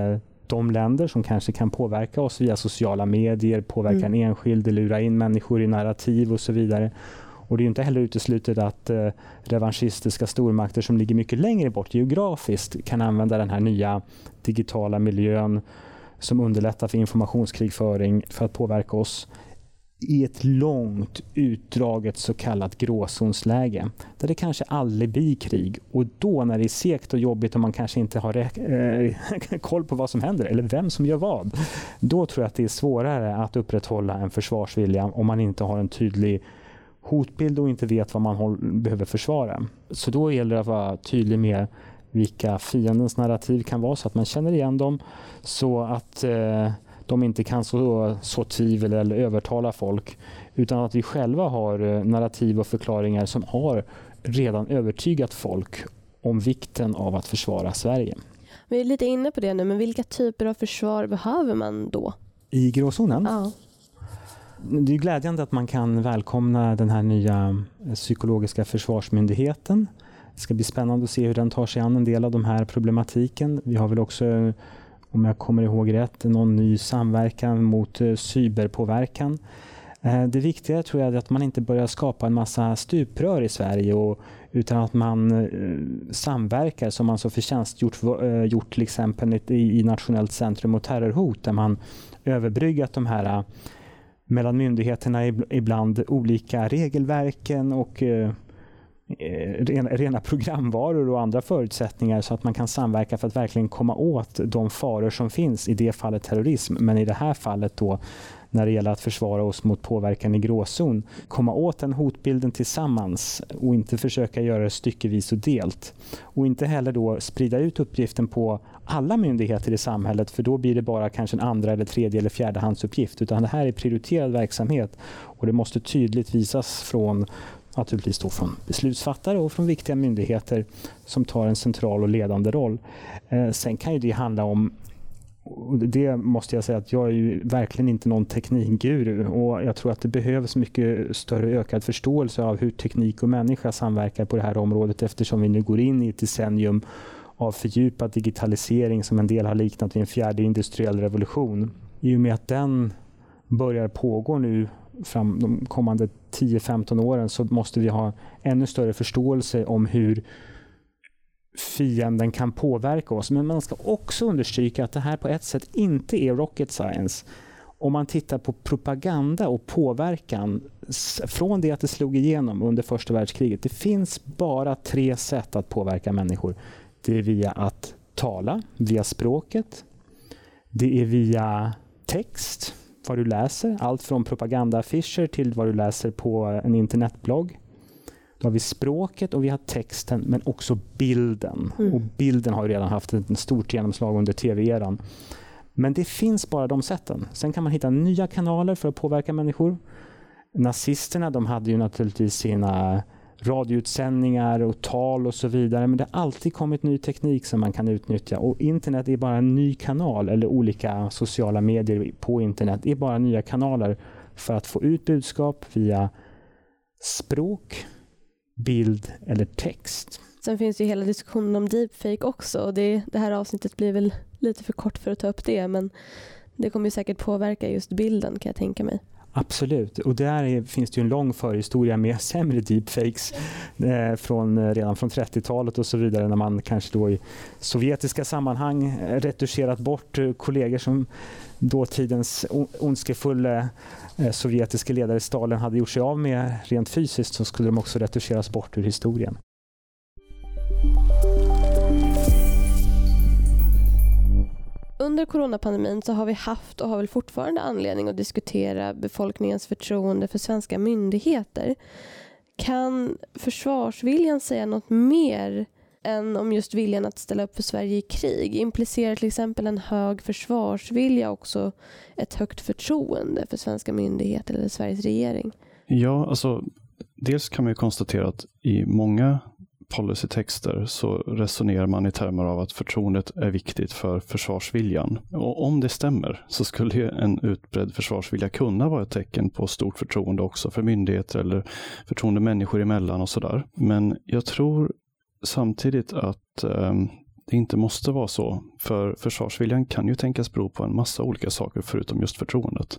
de länder som kanske kan påverka oss via sociala medier, påverka mm. en enskild, lura in människor i narrativ och så vidare. Och det är inte heller uteslutet att eh, revanschistiska stormakter som ligger mycket längre bort geografiskt kan använda den här nya digitala miljön som underlättar för informationskrigföring för att påverka oss i ett långt utdraget så kallat gråzonsläge där det kanske aldrig blir krig, och då när det är segt och jobbigt och man kanske inte har äh, koll på vad som händer eller vem som gör vad, då tror jag att det är svårare att upprätthålla en försvarsvilja om man inte har en tydlig hotbild och inte vet vad man håll, behöver försvara. Så då gäller det att vara tydlig med vilka fiendens narrativ kan vara så att man känner igen dem, så att eh, de inte kan så, så tvivel eller övertala folk, utan att vi själva har narrativ och förklaringar som har redan övertygat folk om vikten av att försvara Sverige. Vi är lite inne på det nu, men vilka typer av försvar behöver man då? I gråzonen? Ja. Det är glädjande att man kan välkomna den här nya psykologiska försvarsmyndigheten. Det ska bli spännande att se hur den tar sig an en del av de här problematiken. Vi har väl också, om jag kommer ihåg rätt, någon ny samverkan mot cyberpåverkan. Det viktiga tror jag är att man inte börjar skapa en massa stuprör i Sverige, och, utan att man samverkar som man så förtjänstgjort gjort till exempel i, i Nationellt centrum mot terrorhot, där man överbryggat de här mellan myndigheterna ibland olika regelverken och eh, rena, rena programvaror och andra förutsättningar, så att man kan samverka för att verkligen komma åt de faror som finns, i det fallet terrorism, men i det här fallet då när det gäller att försvara oss mot påverkan i gråzon, komma åt den hotbilden tillsammans och inte försöka göra det styckevis och delt. Och inte heller då sprida ut uppgiften på alla myndigheter i samhället, för då blir det bara kanske en andra eller tredje eller fjärde handsuppgift, utan det här är prioriterad verksamhet, och det måste tydligt visas från naturligtvis då från beslutsfattare och från viktiga myndigheter som tar en central och ledande roll. Eh, sen kan ju det handla om, och det måste jag säga att jag är ju verkligen inte någon teknikguru, och jag tror att det behövs mycket större ökad förståelse av hur teknik och människa samverkar på det här området, eftersom vi nu går in i ett decennium av fördjupad digitalisering som en del har liknat vid en fjärde industriell revolution. I och med att den börjar pågå nu fram de kommande tio till femton åren, så måste vi ha ännu större förståelse om hur fienden kan påverka oss. Men man ska också understryka att det här på ett sätt inte är rocket science. Om man tittar på propaganda och påverkan från det att det slog igenom under första världskriget, det finns bara tre sätt att påverka människor. Det är via att tala, via språket. Det är via text, vad du läser. Allt från propagandaaffischer till vad du läser på en internetblogg. Då har vi språket och vi har texten, men också bilden. Mm. Och bilden har ju redan haft ett stort genomslag under tv-eran. Men det finns bara de sätten. Sen kan man hitta nya kanaler för att påverka människor. Nazisterna, de hade ju naturligtvis sina radioutsändningar och tal och så vidare, men det har alltid kommit ny teknik som man kan utnyttja, och internet är bara en ny kanal, eller olika sociala medier på internet är bara nya kanaler för att få ut budskap via språk, bild eller text. Sen finns ju hela diskussionen om deepfake också, och det, det här avsnittet blir väl lite för kort för att ta upp det, men det kommer ju säkert påverka just bilden, kan jag tänka mig. Absolut, och där är, finns det ju en lång förhistoria med sämre deepfakes eh, från, redan från trettiotalet och så vidare, när man kanske då i sovjetiska sammanhang retuscherat bort eh, kollegor som dåtidens ondskefulla eh, sovjetiska ledare Stalin hade gjort sig av med rent fysiskt, så skulle de också retuscheras bort ur historien. Under coronapandemin så har vi haft och har väl fortfarande anledning att diskutera befolkningens förtroende för svenska myndigheter. Kan försvarsviljan säga något mer än om just viljan att ställa upp för Sverige i krig? Implicerar till exempel en hög försvarsvilja också ett högt förtroende för svenska myndigheter eller Sveriges regering? Ja, alltså dels kan man ju konstatera att i många policytexter så resonerar man i termer av att förtroendet är viktigt för försvarsviljan. Och om det stämmer så skulle ju en utbredd försvarsvilja kunna vara ett tecken på stort förtroende också för myndigheter eller förtroende människor emellan och sådär. Men jag tror samtidigt att eh, det inte måste vara så. För försvarsviljan kan ju tänkas bero på en massa olika saker förutom just förtroendet.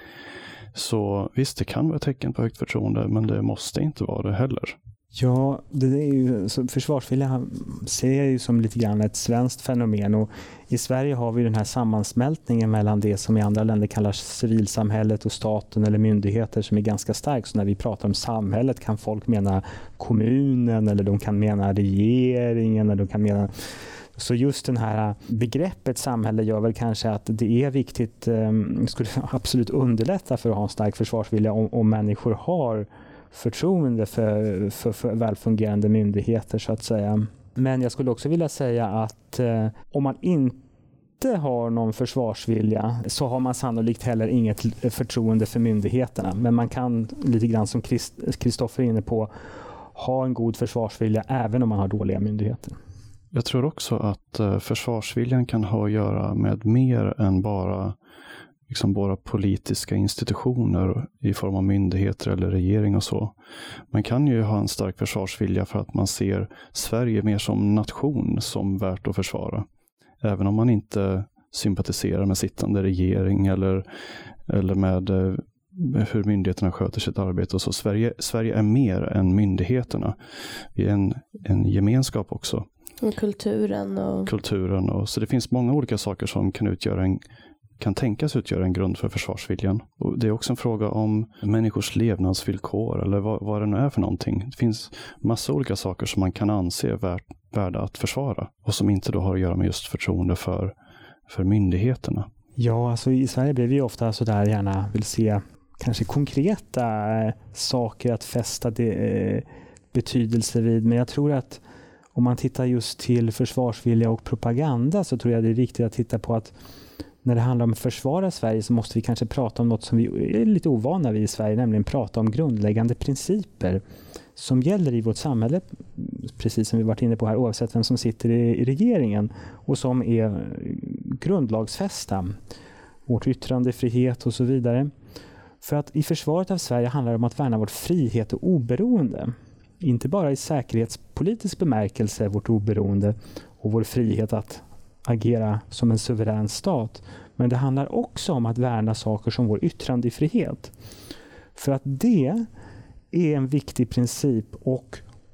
Så visst, det kan vara ett tecken på högt förtroende, men det måste inte vara det heller. Ja, det är ju, så försvarsvilja ser jag ju som lite grann ett svenskt fenomen, och i Sverige har vi den här sammansmältningen mellan det som i andra länder kallas civilsamhället och staten eller myndigheter som är ganska stark. Så när vi pratar om samhället kan folk mena kommunen, eller de kan mena regeringen, eller de kan mena... Så just den här begreppet samhälle gör väl kanske att det är viktigt, um, skulle absolut underlätta för att ha en stark försvarsvilja om, om människor har förtroende för, för, för välfungerande myndigheter så att säga. Men jag skulle också vilja säga att eh, om man inte har någon försvarsvilja så har man sannolikt heller inget förtroende för myndigheterna. Men man kan lite grann som Kristoffer är inne på ha en god försvarsvilja även om man har dåliga myndigheter. Jag tror också att eh, försvarsviljan kan ha att göra med mer än bara liksom våra politiska institutioner i form av myndigheter eller regering och så. Man kan ju ha en stark försvarsvilja för att man ser Sverige mer som nation som värt att försvara. Även om man inte sympatiserar med sittande regering eller, eller med eh, hur myndigheterna sköter sitt arbete och så. Sverige, Sverige är mer än myndigheterna. Vi är en, en gemenskap också. Och kulturen. Och... Kulturen. Och, så det finns många olika saker som kan utgöra en kan tänkas utgöra en grund för försvarsviljan. Och det är också en fråga om människors levnadsvillkor eller vad, vad det nu är för någonting. Det finns massa olika saker som man kan anse värt, värda att försvara och som inte då har att göra med just förtroende för, för myndigheterna. Ja, alltså i Sverige blir vi ofta så där gärna vill se kanske konkreta eh, saker att fästa det, eh, betydelse vid. Men jag tror att om man tittar just till försvarsvilja och propaganda så tror jag det är viktigt att titta på att när det handlar om att försvara Sverige så måste vi kanske prata om något som vi är lite ovana vid i Sverige, nämligen prata om grundläggande principer som gäller i vårt samhälle, precis som vi varit inne på här, oavsett vem som sitter i regeringen, och som är grundlagsfästa, vårt yttrandefrihet och så vidare. För att i försvaret av Sverige handlar det om att värna vårt frihet och oberoende. Inte bara i säkerhetspolitisk bemärkelse vårt oberoende och vår frihet att agera som en suverän stat. Men det handlar också om att värna saker som vår yttrandefrihet. För att det är en viktig princip, och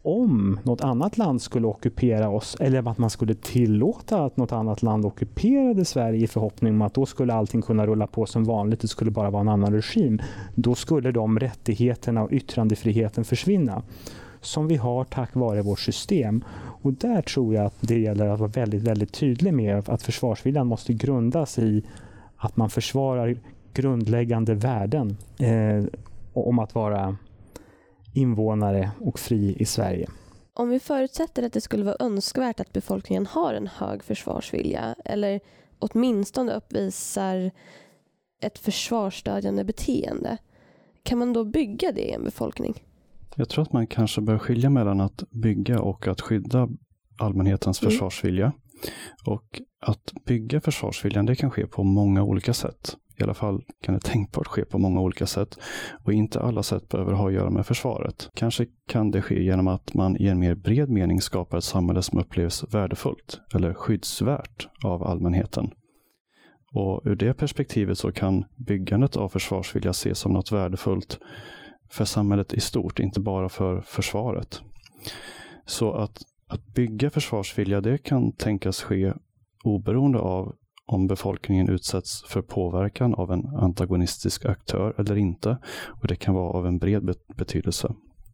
om något annat land skulle ockupera oss, eller att man skulle tillåta att något annat land ockuperade Sverige i förhoppning om att då skulle allting kunna rulla på som vanligt, det skulle bara vara en annan regim, då skulle de rättigheterna och yttrandefriheten försvinna som vi har tack vare vårt system. Och där tror jag att det gäller att vara väldigt, väldigt tydlig med att försvarsviljan måste grundas i att man försvarar grundläggande värden eh, om att vara invånare och fri i Sverige. Om vi förutsätter att det skulle vara önskvärt att befolkningen har en hög försvarsvilja eller åtminstone uppvisar ett försvarsstödjande beteende, kan man då bygga det i en befolkning? Jag tror att man kanske bör skilja mellan att bygga och att skydda allmänhetens mm. försvarsvilja. Och att bygga försvarsviljan, det kan ske på många olika sätt. I alla fall kan det tänkbart ske på många olika sätt. Och inte alla sätt behöver ha att göra med försvaret. Kanske kan det ske genom att man i en mer bred mening skapar ett samhälle som upplevs värdefullt eller skyddsvärt av allmänheten. Och ur det perspektivet så kan byggandet av försvarsvilja ses som något värdefullt för samhället i stort, inte bara för försvaret. Så att, att bygga försvarsvilja, det kan tänkas ske oberoende av om befolkningen utsätts för påverkan av en antagonistisk aktör eller inte. Och det kan vara av en bred betydelse.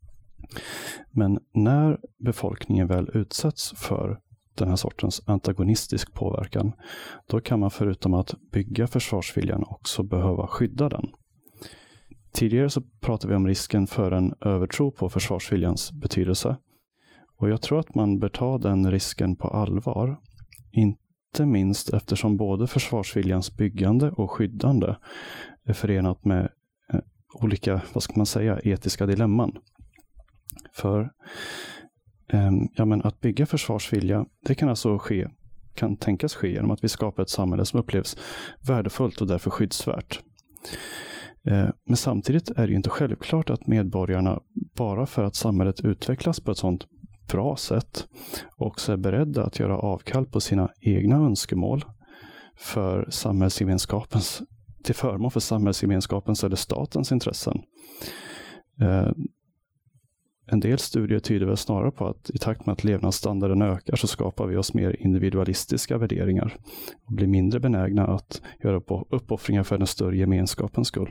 Men när befolkningen väl utsätts för den här sortens antagonistisk påverkan, då kan man förutom att bygga försvarsviljan också behöva skydda den. Tidigare så pratade vi om risken för en övertro på försvarsviljans betydelse. Och jag tror att man bör ta den risken på allvar. Inte minst eftersom både försvarsviljans byggande och skyddande är förenat med eh, olika, vad ska man säga, etiska dilemman. För eh, ja, men att bygga försvarsvilja, det kan alltså ske, kan tänkas ske genom att vi skapar ett samhälle som upplevs värdefullt och därför skyddsvärt. Men samtidigt är det ju inte självklart att medborgarna, bara för att samhället utvecklas på ett sådant bra sätt och också är beredda att göra avkall på sina egna önskemål för samhällsgemenskapens, till förmån för samhällsgemenskapens eller statens intressen. Eh, en del studier tyder väl snarare på att i takt med att levnadsstandarden ökar så skapar vi oss mer individualistiska värderingar och blir mindre benägna att göra på uppoffringar för den större gemenskapens skull.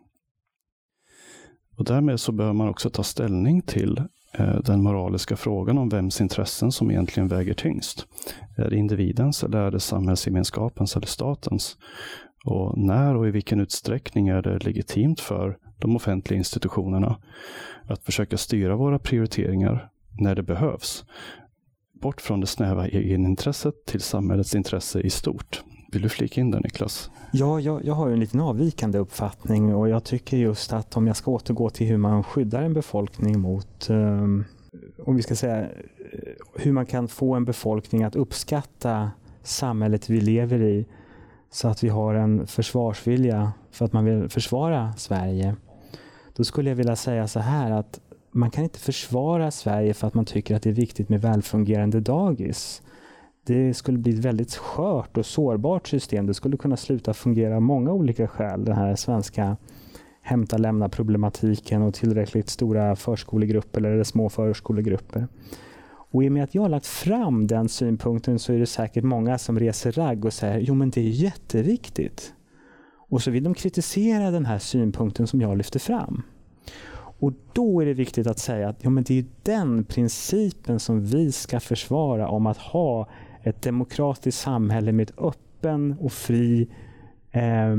Och därmed så bör man också ta ställning till eh, den moraliska frågan om vems intressen som egentligen väger tyngst. Är det individens eller är det samhällsgemenskapens eller statens? Och när och i vilken utsträckning är det legitimt för de offentliga institutionerna att försöka styra våra prioriteringar när det behövs, bort från det snäva egenintresset till samhällets intresse i stort. Vill du flika in där, Niklas? Ja, jag, jag har ju en liten avvikande uppfattning och jag tycker just att om jag ska återgå till hur man skyddar en befolkning mot, um, om vi ska säga hur man kan få en befolkning att uppskatta samhället vi lever i så att vi har en försvarsvilja för att man vill försvara Sverige. Då skulle jag vilja säga så här att man kan inte försvara Sverige för att man tycker att det är viktigt med välfungerande dagis. Det skulle bli ett väldigt skört och sårbart system. Det skulle kunna sluta fungera av många olika skäl. Den här svenska hämta-lämna-problematiken och tillräckligt stora förskolegrupper eller små förskolegrupper. Och i och med att jag har lagt fram den synpunkten så är det säkert många som reser ragg och säger jo men det är jätteviktigt. Och så vill de kritisera den här synpunkten som jag lyfter fram. Och då är det viktigt att säga att ja, men det är den principen som vi ska försvara om att ha ett demokratiskt samhälle med ett öppen och fri eh,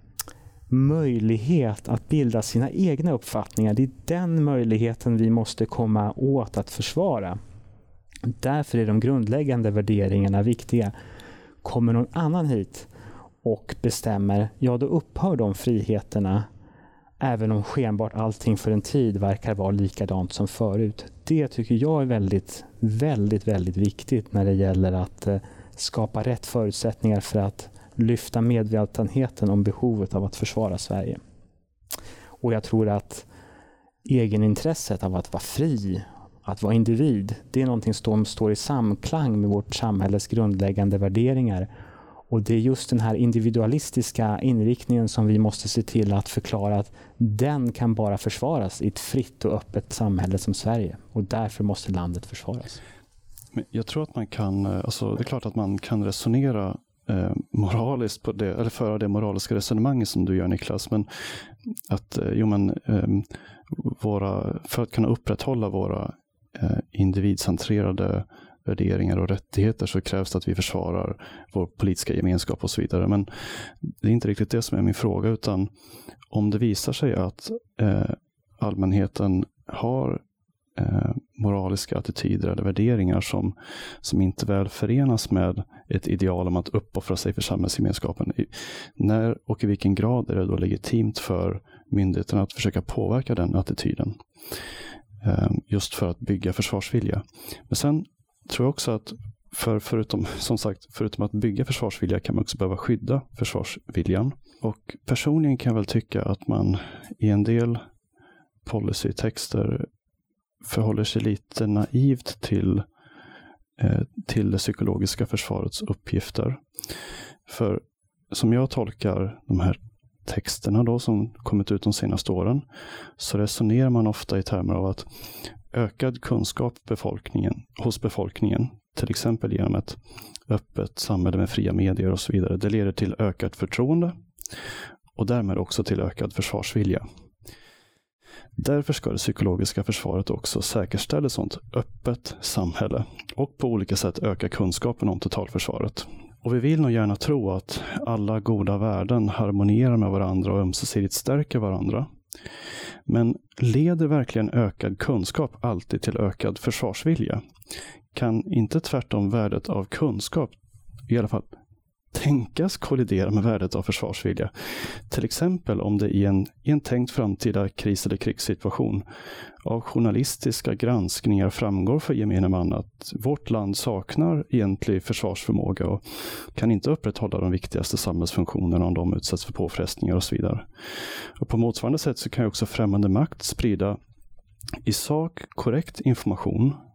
möjlighet att bilda sina egna uppfattningar. Det är den möjligheten vi måste komma åt att försvara. Därför är de grundläggande värderingarna viktiga. Kommer någon annan hit och bestämmer, ja då upphör de friheterna även om skenbart allting för en tid verkar vara likadant som förut. Det tycker jag är väldigt, väldigt, väldigt viktigt när det gäller att eh, skapa rätt förutsättningar för att lyfta medvetenheten om behovet av att försvara Sverige. Och jag tror att egenintresset av att vara fri, att vara individ, det är någonting som står i samklang med vårt samhälles grundläggande värderingar. Och det är just den här individualistiska inriktningen som vi måste se till att förklara att den kan bara försvaras i ett fritt och öppet samhälle som Sverige. Och därför måste landet försvaras. Men jag tror att man kan, alltså det är klart att man kan resonera eh, moraliskt på det, eller föra det moraliska resonemanget som du gör, Niklas, men att eh, jo, men, eh, våra, för att kunna upprätthålla våra eh, individcentrerade värderingar och rättigheter så krävs det att vi försvarar vår politiska gemenskap och så vidare. Men det är inte riktigt det som är min fråga, utan om det visar sig att eh, allmänheten har eh, moraliska attityder eller värderingar som, som inte väl förenas med ett ideal om att uppoffra sig för samhällsgemenskapen. I, när och i vilken grad är det då legitimt för myndigheterna att försöka påverka den attityden? Eh, just för att bygga försvarsvilja. Men sen tror jag också att för, förutom, som sagt, förutom att bygga försvarsvilja kan man också behöva skydda försvarsviljan. Och personligen kan jag väl tycka att man i en del policytexter förhåller sig lite naivt till, eh, till det psykologiska försvarets uppgifter. För som jag tolkar de här texterna då som kommit ut de senaste åren så resonerar man ofta i termer av att ökad kunskap befolkningen, hos befolkningen, till exempel genom ett öppet samhälle med fria medier och så vidare, det leder till ökat förtroende och därmed också till ökad försvarsvilja. Därför ska det psykologiska försvaret också säkerställa ett sådant öppet samhälle och på olika sätt öka kunskapen om totalförsvaret. Och vi vill nog gärna tro att alla goda värden harmonierar med varandra och ömsesidigt stärker varandra. Men leder verkligen ökad kunskap alltid till ökad försvarsvilja? Kan inte tvärtom värdet av kunskap i alla fall tänkas kollidera med värdet av försvarsvilja? Till exempel om det i en, i en tänkt framtida kris- eller krigssituation av journalistiska granskningar framgår för gemene man att vårt land saknar egentlig försvarsförmåga och kan inte upprätthålla de viktigaste samhällsfunktionerna om de utsätts för påfrestningar och så vidare. Och på motsvarande sätt så kan ju också främmande makt sprida i sak korrekt information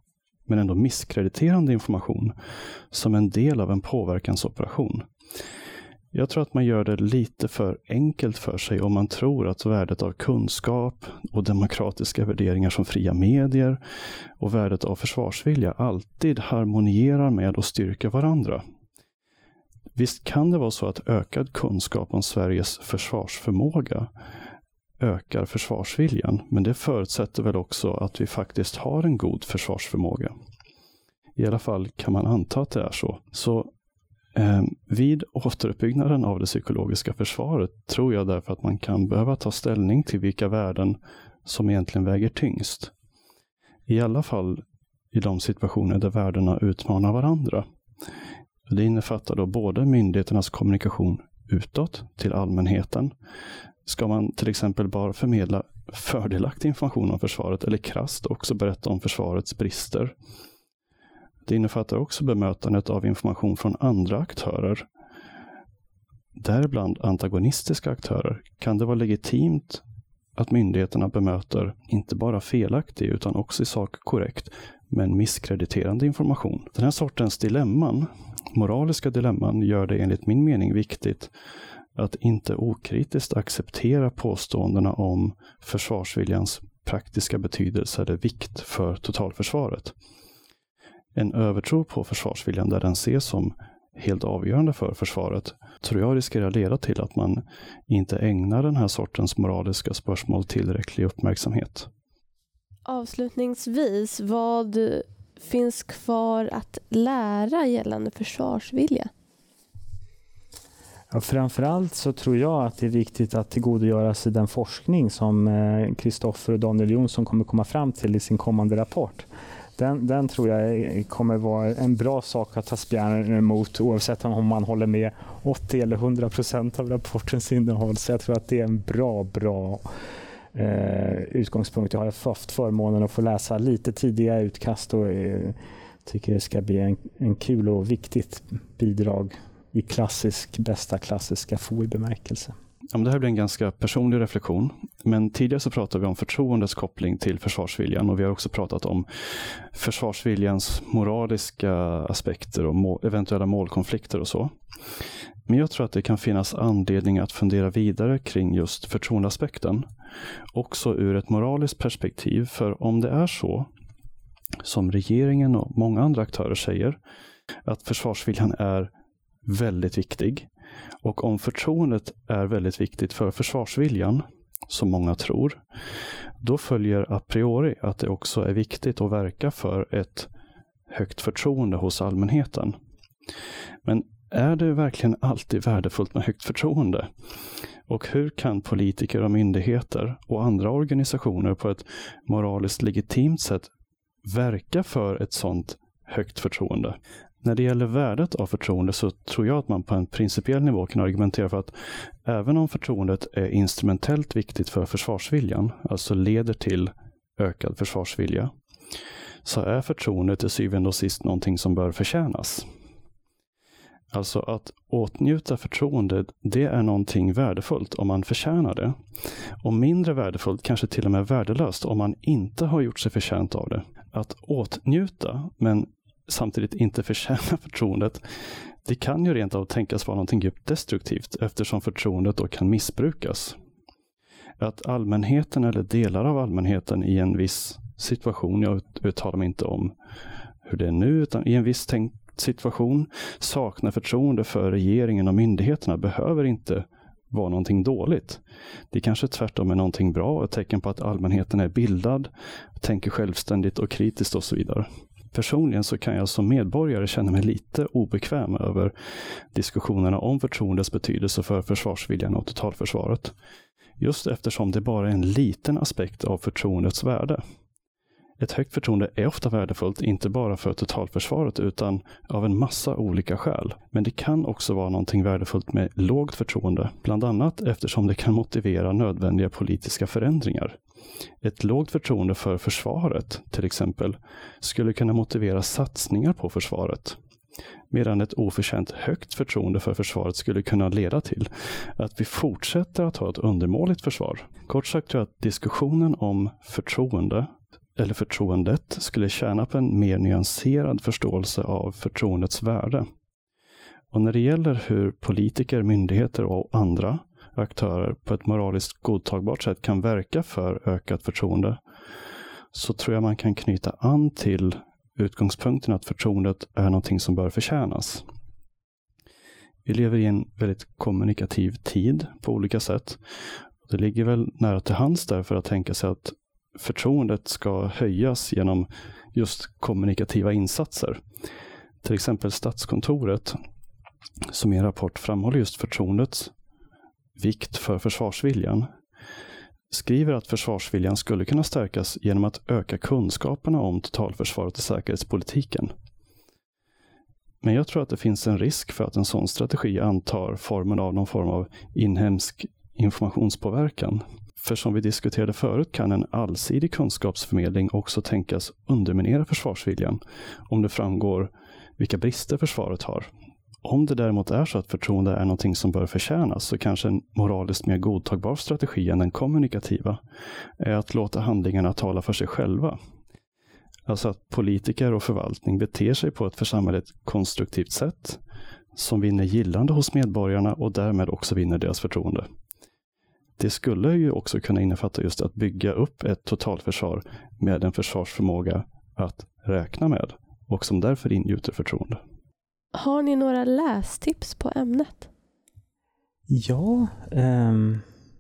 men ändå misskrediterande information som en del av en påverkansoperation. Jag tror att man gör det lite för enkelt för sig om man tror att värdet av kunskap och demokratiska värderingar som fria medier och värdet av försvarsvilja alltid harmonierar med och styrker varandra. Visst kan det vara så att ökad kunskap om Sveriges försvarsförmåga ökar försvarsviljan, men det förutsätter väl också att vi faktiskt har en god försvarsförmåga. I alla fall kan man anta att det är så. Så eh, vid återuppbyggnaden av det psykologiska försvaret tror jag därför att man kan behöva ta ställning till vilka värden som egentligen väger tyngst. I alla fall i de situationer där värdena utmanar varandra. Det innefattar då både myndigheternas kommunikation utåt till allmänheten. Ska man till exempel bara förmedla fördelaktig information om försvaret eller krasst också berätta om försvarets brister? Det innefattar också bemötandet av information från andra aktörer. Däribland antagonistiska aktörer kan det vara legitimt att myndigheterna bemöter inte bara felaktig utan också i sak korrekt men misskrediterande information. Den här sortens dilemman, moraliska dilemman, gör det enligt min mening viktigt att inte okritiskt acceptera påståendena om försvarsviljans praktiska betydelse eller vikt för totalförsvaret. En övertro på försvarsviljan där den ses som helt avgörande för försvaret tror jag riskerar leda till att man inte ägnar den här sortens moraliska spörsmål tillräcklig uppmärksamhet. Avslutningsvis, vad finns kvar att lära gällande försvarsvilja? Ja, framförallt så tror jag att det är viktigt att tillgodogöra sig den forskning som Kristoffer och Daniel Jonsson kommer komma fram till i sin kommande rapport. Den, den tror jag kommer vara en bra sak att ta spjärnen emot oavsett om man håller med åttio eller hundra procent av rapportens innehåll. Så jag tror att det är en bra, bra eh, utgångspunkt. Jag har haft förmånen att få läsa lite tidiga utkast och eh, tycker det ska bli en, en kul och viktigt bidrag i klassisk, bästa klassiska F O I-bemärkelse. Ja, men det här blir en ganska personlig reflektion. Men tidigare så pratade vi om förtroendes koppling till försvarsviljan och vi har också pratat om försvarsviljans moraliska aspekter och må- eventuella målkonflikter och så. Men jag tror att det kan finnas anledning att fundera vidare kring just förtroendeaspekten. Också ur ett moraliskt perspektiv, för om det är så som regeringen och många andra aktörer säger att försvarsviljan är väldigt viktig. Och om förtroendet är väldigt viktigt för försvarsviljan, som många tror, då följer a priori att det också är viktigt att verka för ett högt förtroende hos allmänheten. Men är det verkligen alltid värdefullt med högt förtroende? Och hur kan politiker och myndigheter och andra organisationer på ett moraliskt legitimt sätt verka för ett sådant högt förtroende? När det gäller värdet av förtroende så tror jag att man på en principiell nivå kan argumentera för att även om förtroendet är instrumentellt viktigt för försvarsviljan, alltså leder till ökad försvarsvilja, så är förtroendet till syvende och sist någonting som bör förtjänas. Alltså att åtnjuta förtroende, det är någonting värdefullt om man förtjänar det. Och mindre värdefullt, kanske till och med värdelöst, om man inte har gjort sig förtjänt av det. Att åtnjuta, men samtidigt inte förtjäna förtroendet, det kan ju rent av tänkas vara någonting djupt destruktivt eftersom förtroendet då kan missbrukas. Att allmänheten eller delar av allmänheten i en viss situation, jag uttalar mig inte om hur det är nu, utan i en viss tänkt situation saknar förtroende för regeringen och myndigheterna behöver inte vara någonting dåligt. Det kanske tvärtom är någonting bra, ett tecken på att allmänheten är bildad, tänker självständigt och kritiskt och så vidare. Personligen så kan jag som medborgare känna mig lite obekväm över diskussionerna om förtroendets betydelse för försvarsviljan och totalförsvaret. Just eftersom det bara är en liten aspekt av förtroendets värde. Ett högt förtroende är ofta värdefullt inte bara för totalförsvaret utan av en massa olika skäl. Men det kan också vara någonting värdefullt med lågt förtroende, bland annat eftersom det kan motivera nödvändiga politiska förändringar. Ett lågt förtroende för försvaret, till exempel, skulle kunna motivera satsningar på försvaret. Medan ett oförtjänt högt förtroende för försvaret skulle kunna leda till att vi fortsätter att ha ett undermåligt försvar. Kort sagt tror jag att diskussionen om förtroende eller förtroendet skulle tjäna på en mer nyanserad förståelse av förtroendets värde. Och när det gäller hur politiker, myndigheter och andra aktörer på ett moraliskt godtagbart sätt kan verka för ökat förtroende, så tror jag man kan knyta an till utgångspunkten att förtroendet är någonting som bör förtjänas. Vi lever i en väldigt kommunikativ tid på olika sätt. Det ligger väl nära till hands därför att tänka sig att förtroendet ska höjas genom just kommunikativa insatser. Till exempel Statskontoret, som i en rapport framhåller just förtroendets vikt för försvarsviljan, skriver att försvarsviljan skulle kunna stärkas genom att öka kunskaperna om totalförsvaret och säkerhetspolitiken. Men jag tror att det finns en risk för att en sån strategi antar formen av någon form av inhemsk informationspåverkan. För som vi diskuterade förut kan en allsidig kunskapsförmedling också tänkas underminera försvarsviljan om det framgår vilka brister försvaret har. Om det däremot är så att förtroende är någonting som bör förtjänas, så kanske en moraliskt mer godtagbar strategi än den kommunikativa är att låta handlingarna tala för sig själva. Alltså att politiker och förvaltning beter sig på ett för samhället konstruktivt sätt som vinner gillande hos medborgarna och därmed också vinner deras förtroende. Det skulle ju också kunna innefatta just att bygga upp ett totalförsvar med en försvarsförmåga att räkna med och som därför ingjuter förtroende. Har ni några lästips på ämnet? Ja, um,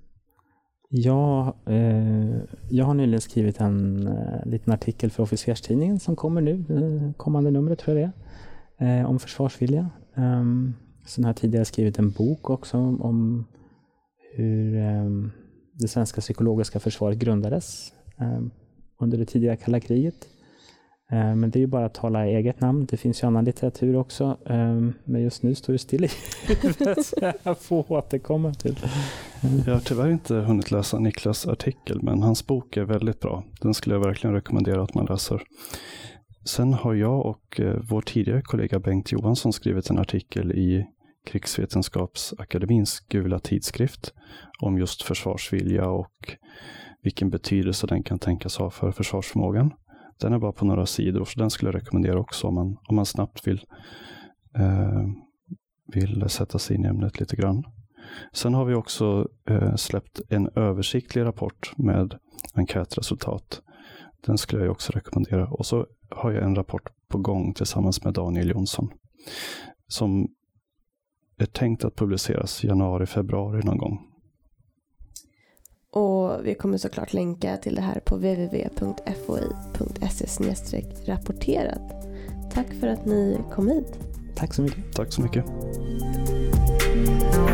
ja uh, jag har nyligen skrivit en uh, liten artikel för Officerstidningen som kommer nu, uh, kommande numret tror jag det är, uh, om försvarsvilja. Um, sen har jag tidigare skrivit en bok också om, om hur um, det svenska psykologiska försvaret grundades um, under det tidiga kalla kriget. Men det är ju bara att tala i eget namn. Det finns ju annan litteratur också. Men just nu står det still i huvudet. Jag får återkomma till. Jag har tyvärr inte hunnit läsa Niklas artikel, men hans bok är väldigt bra. Den skulle jag verkligen rekommendera att man läser. Sen har jag och vår tidigare kollega Bengt Johansson skrivit en artikel i Krigsvetenskapsakademins gula tidskrift om just försvarsvilja och vilken betydelse den kan tänkas ha för försvarsförmågan. Den är bara på några sidor, så den skulle jag rekommendera också om man, om man snabbt vill, eh, vill sätta sig in i ämnet lite grann. Sen har vi också eh, släppt en översiktlig rapport med enkätresultat. Den skulle jag också rekommendera. Och så har jag en rapport på gång tillsammans med Daniel Jonsson som är tänkt att publiceras i januari, februari någon gång. Och vi kommer såklart länka till det här på w w w punkt f o i punkt s e slash rapporterat. Tack för att ni kom hit. Tack så mycket. Tack så mycket.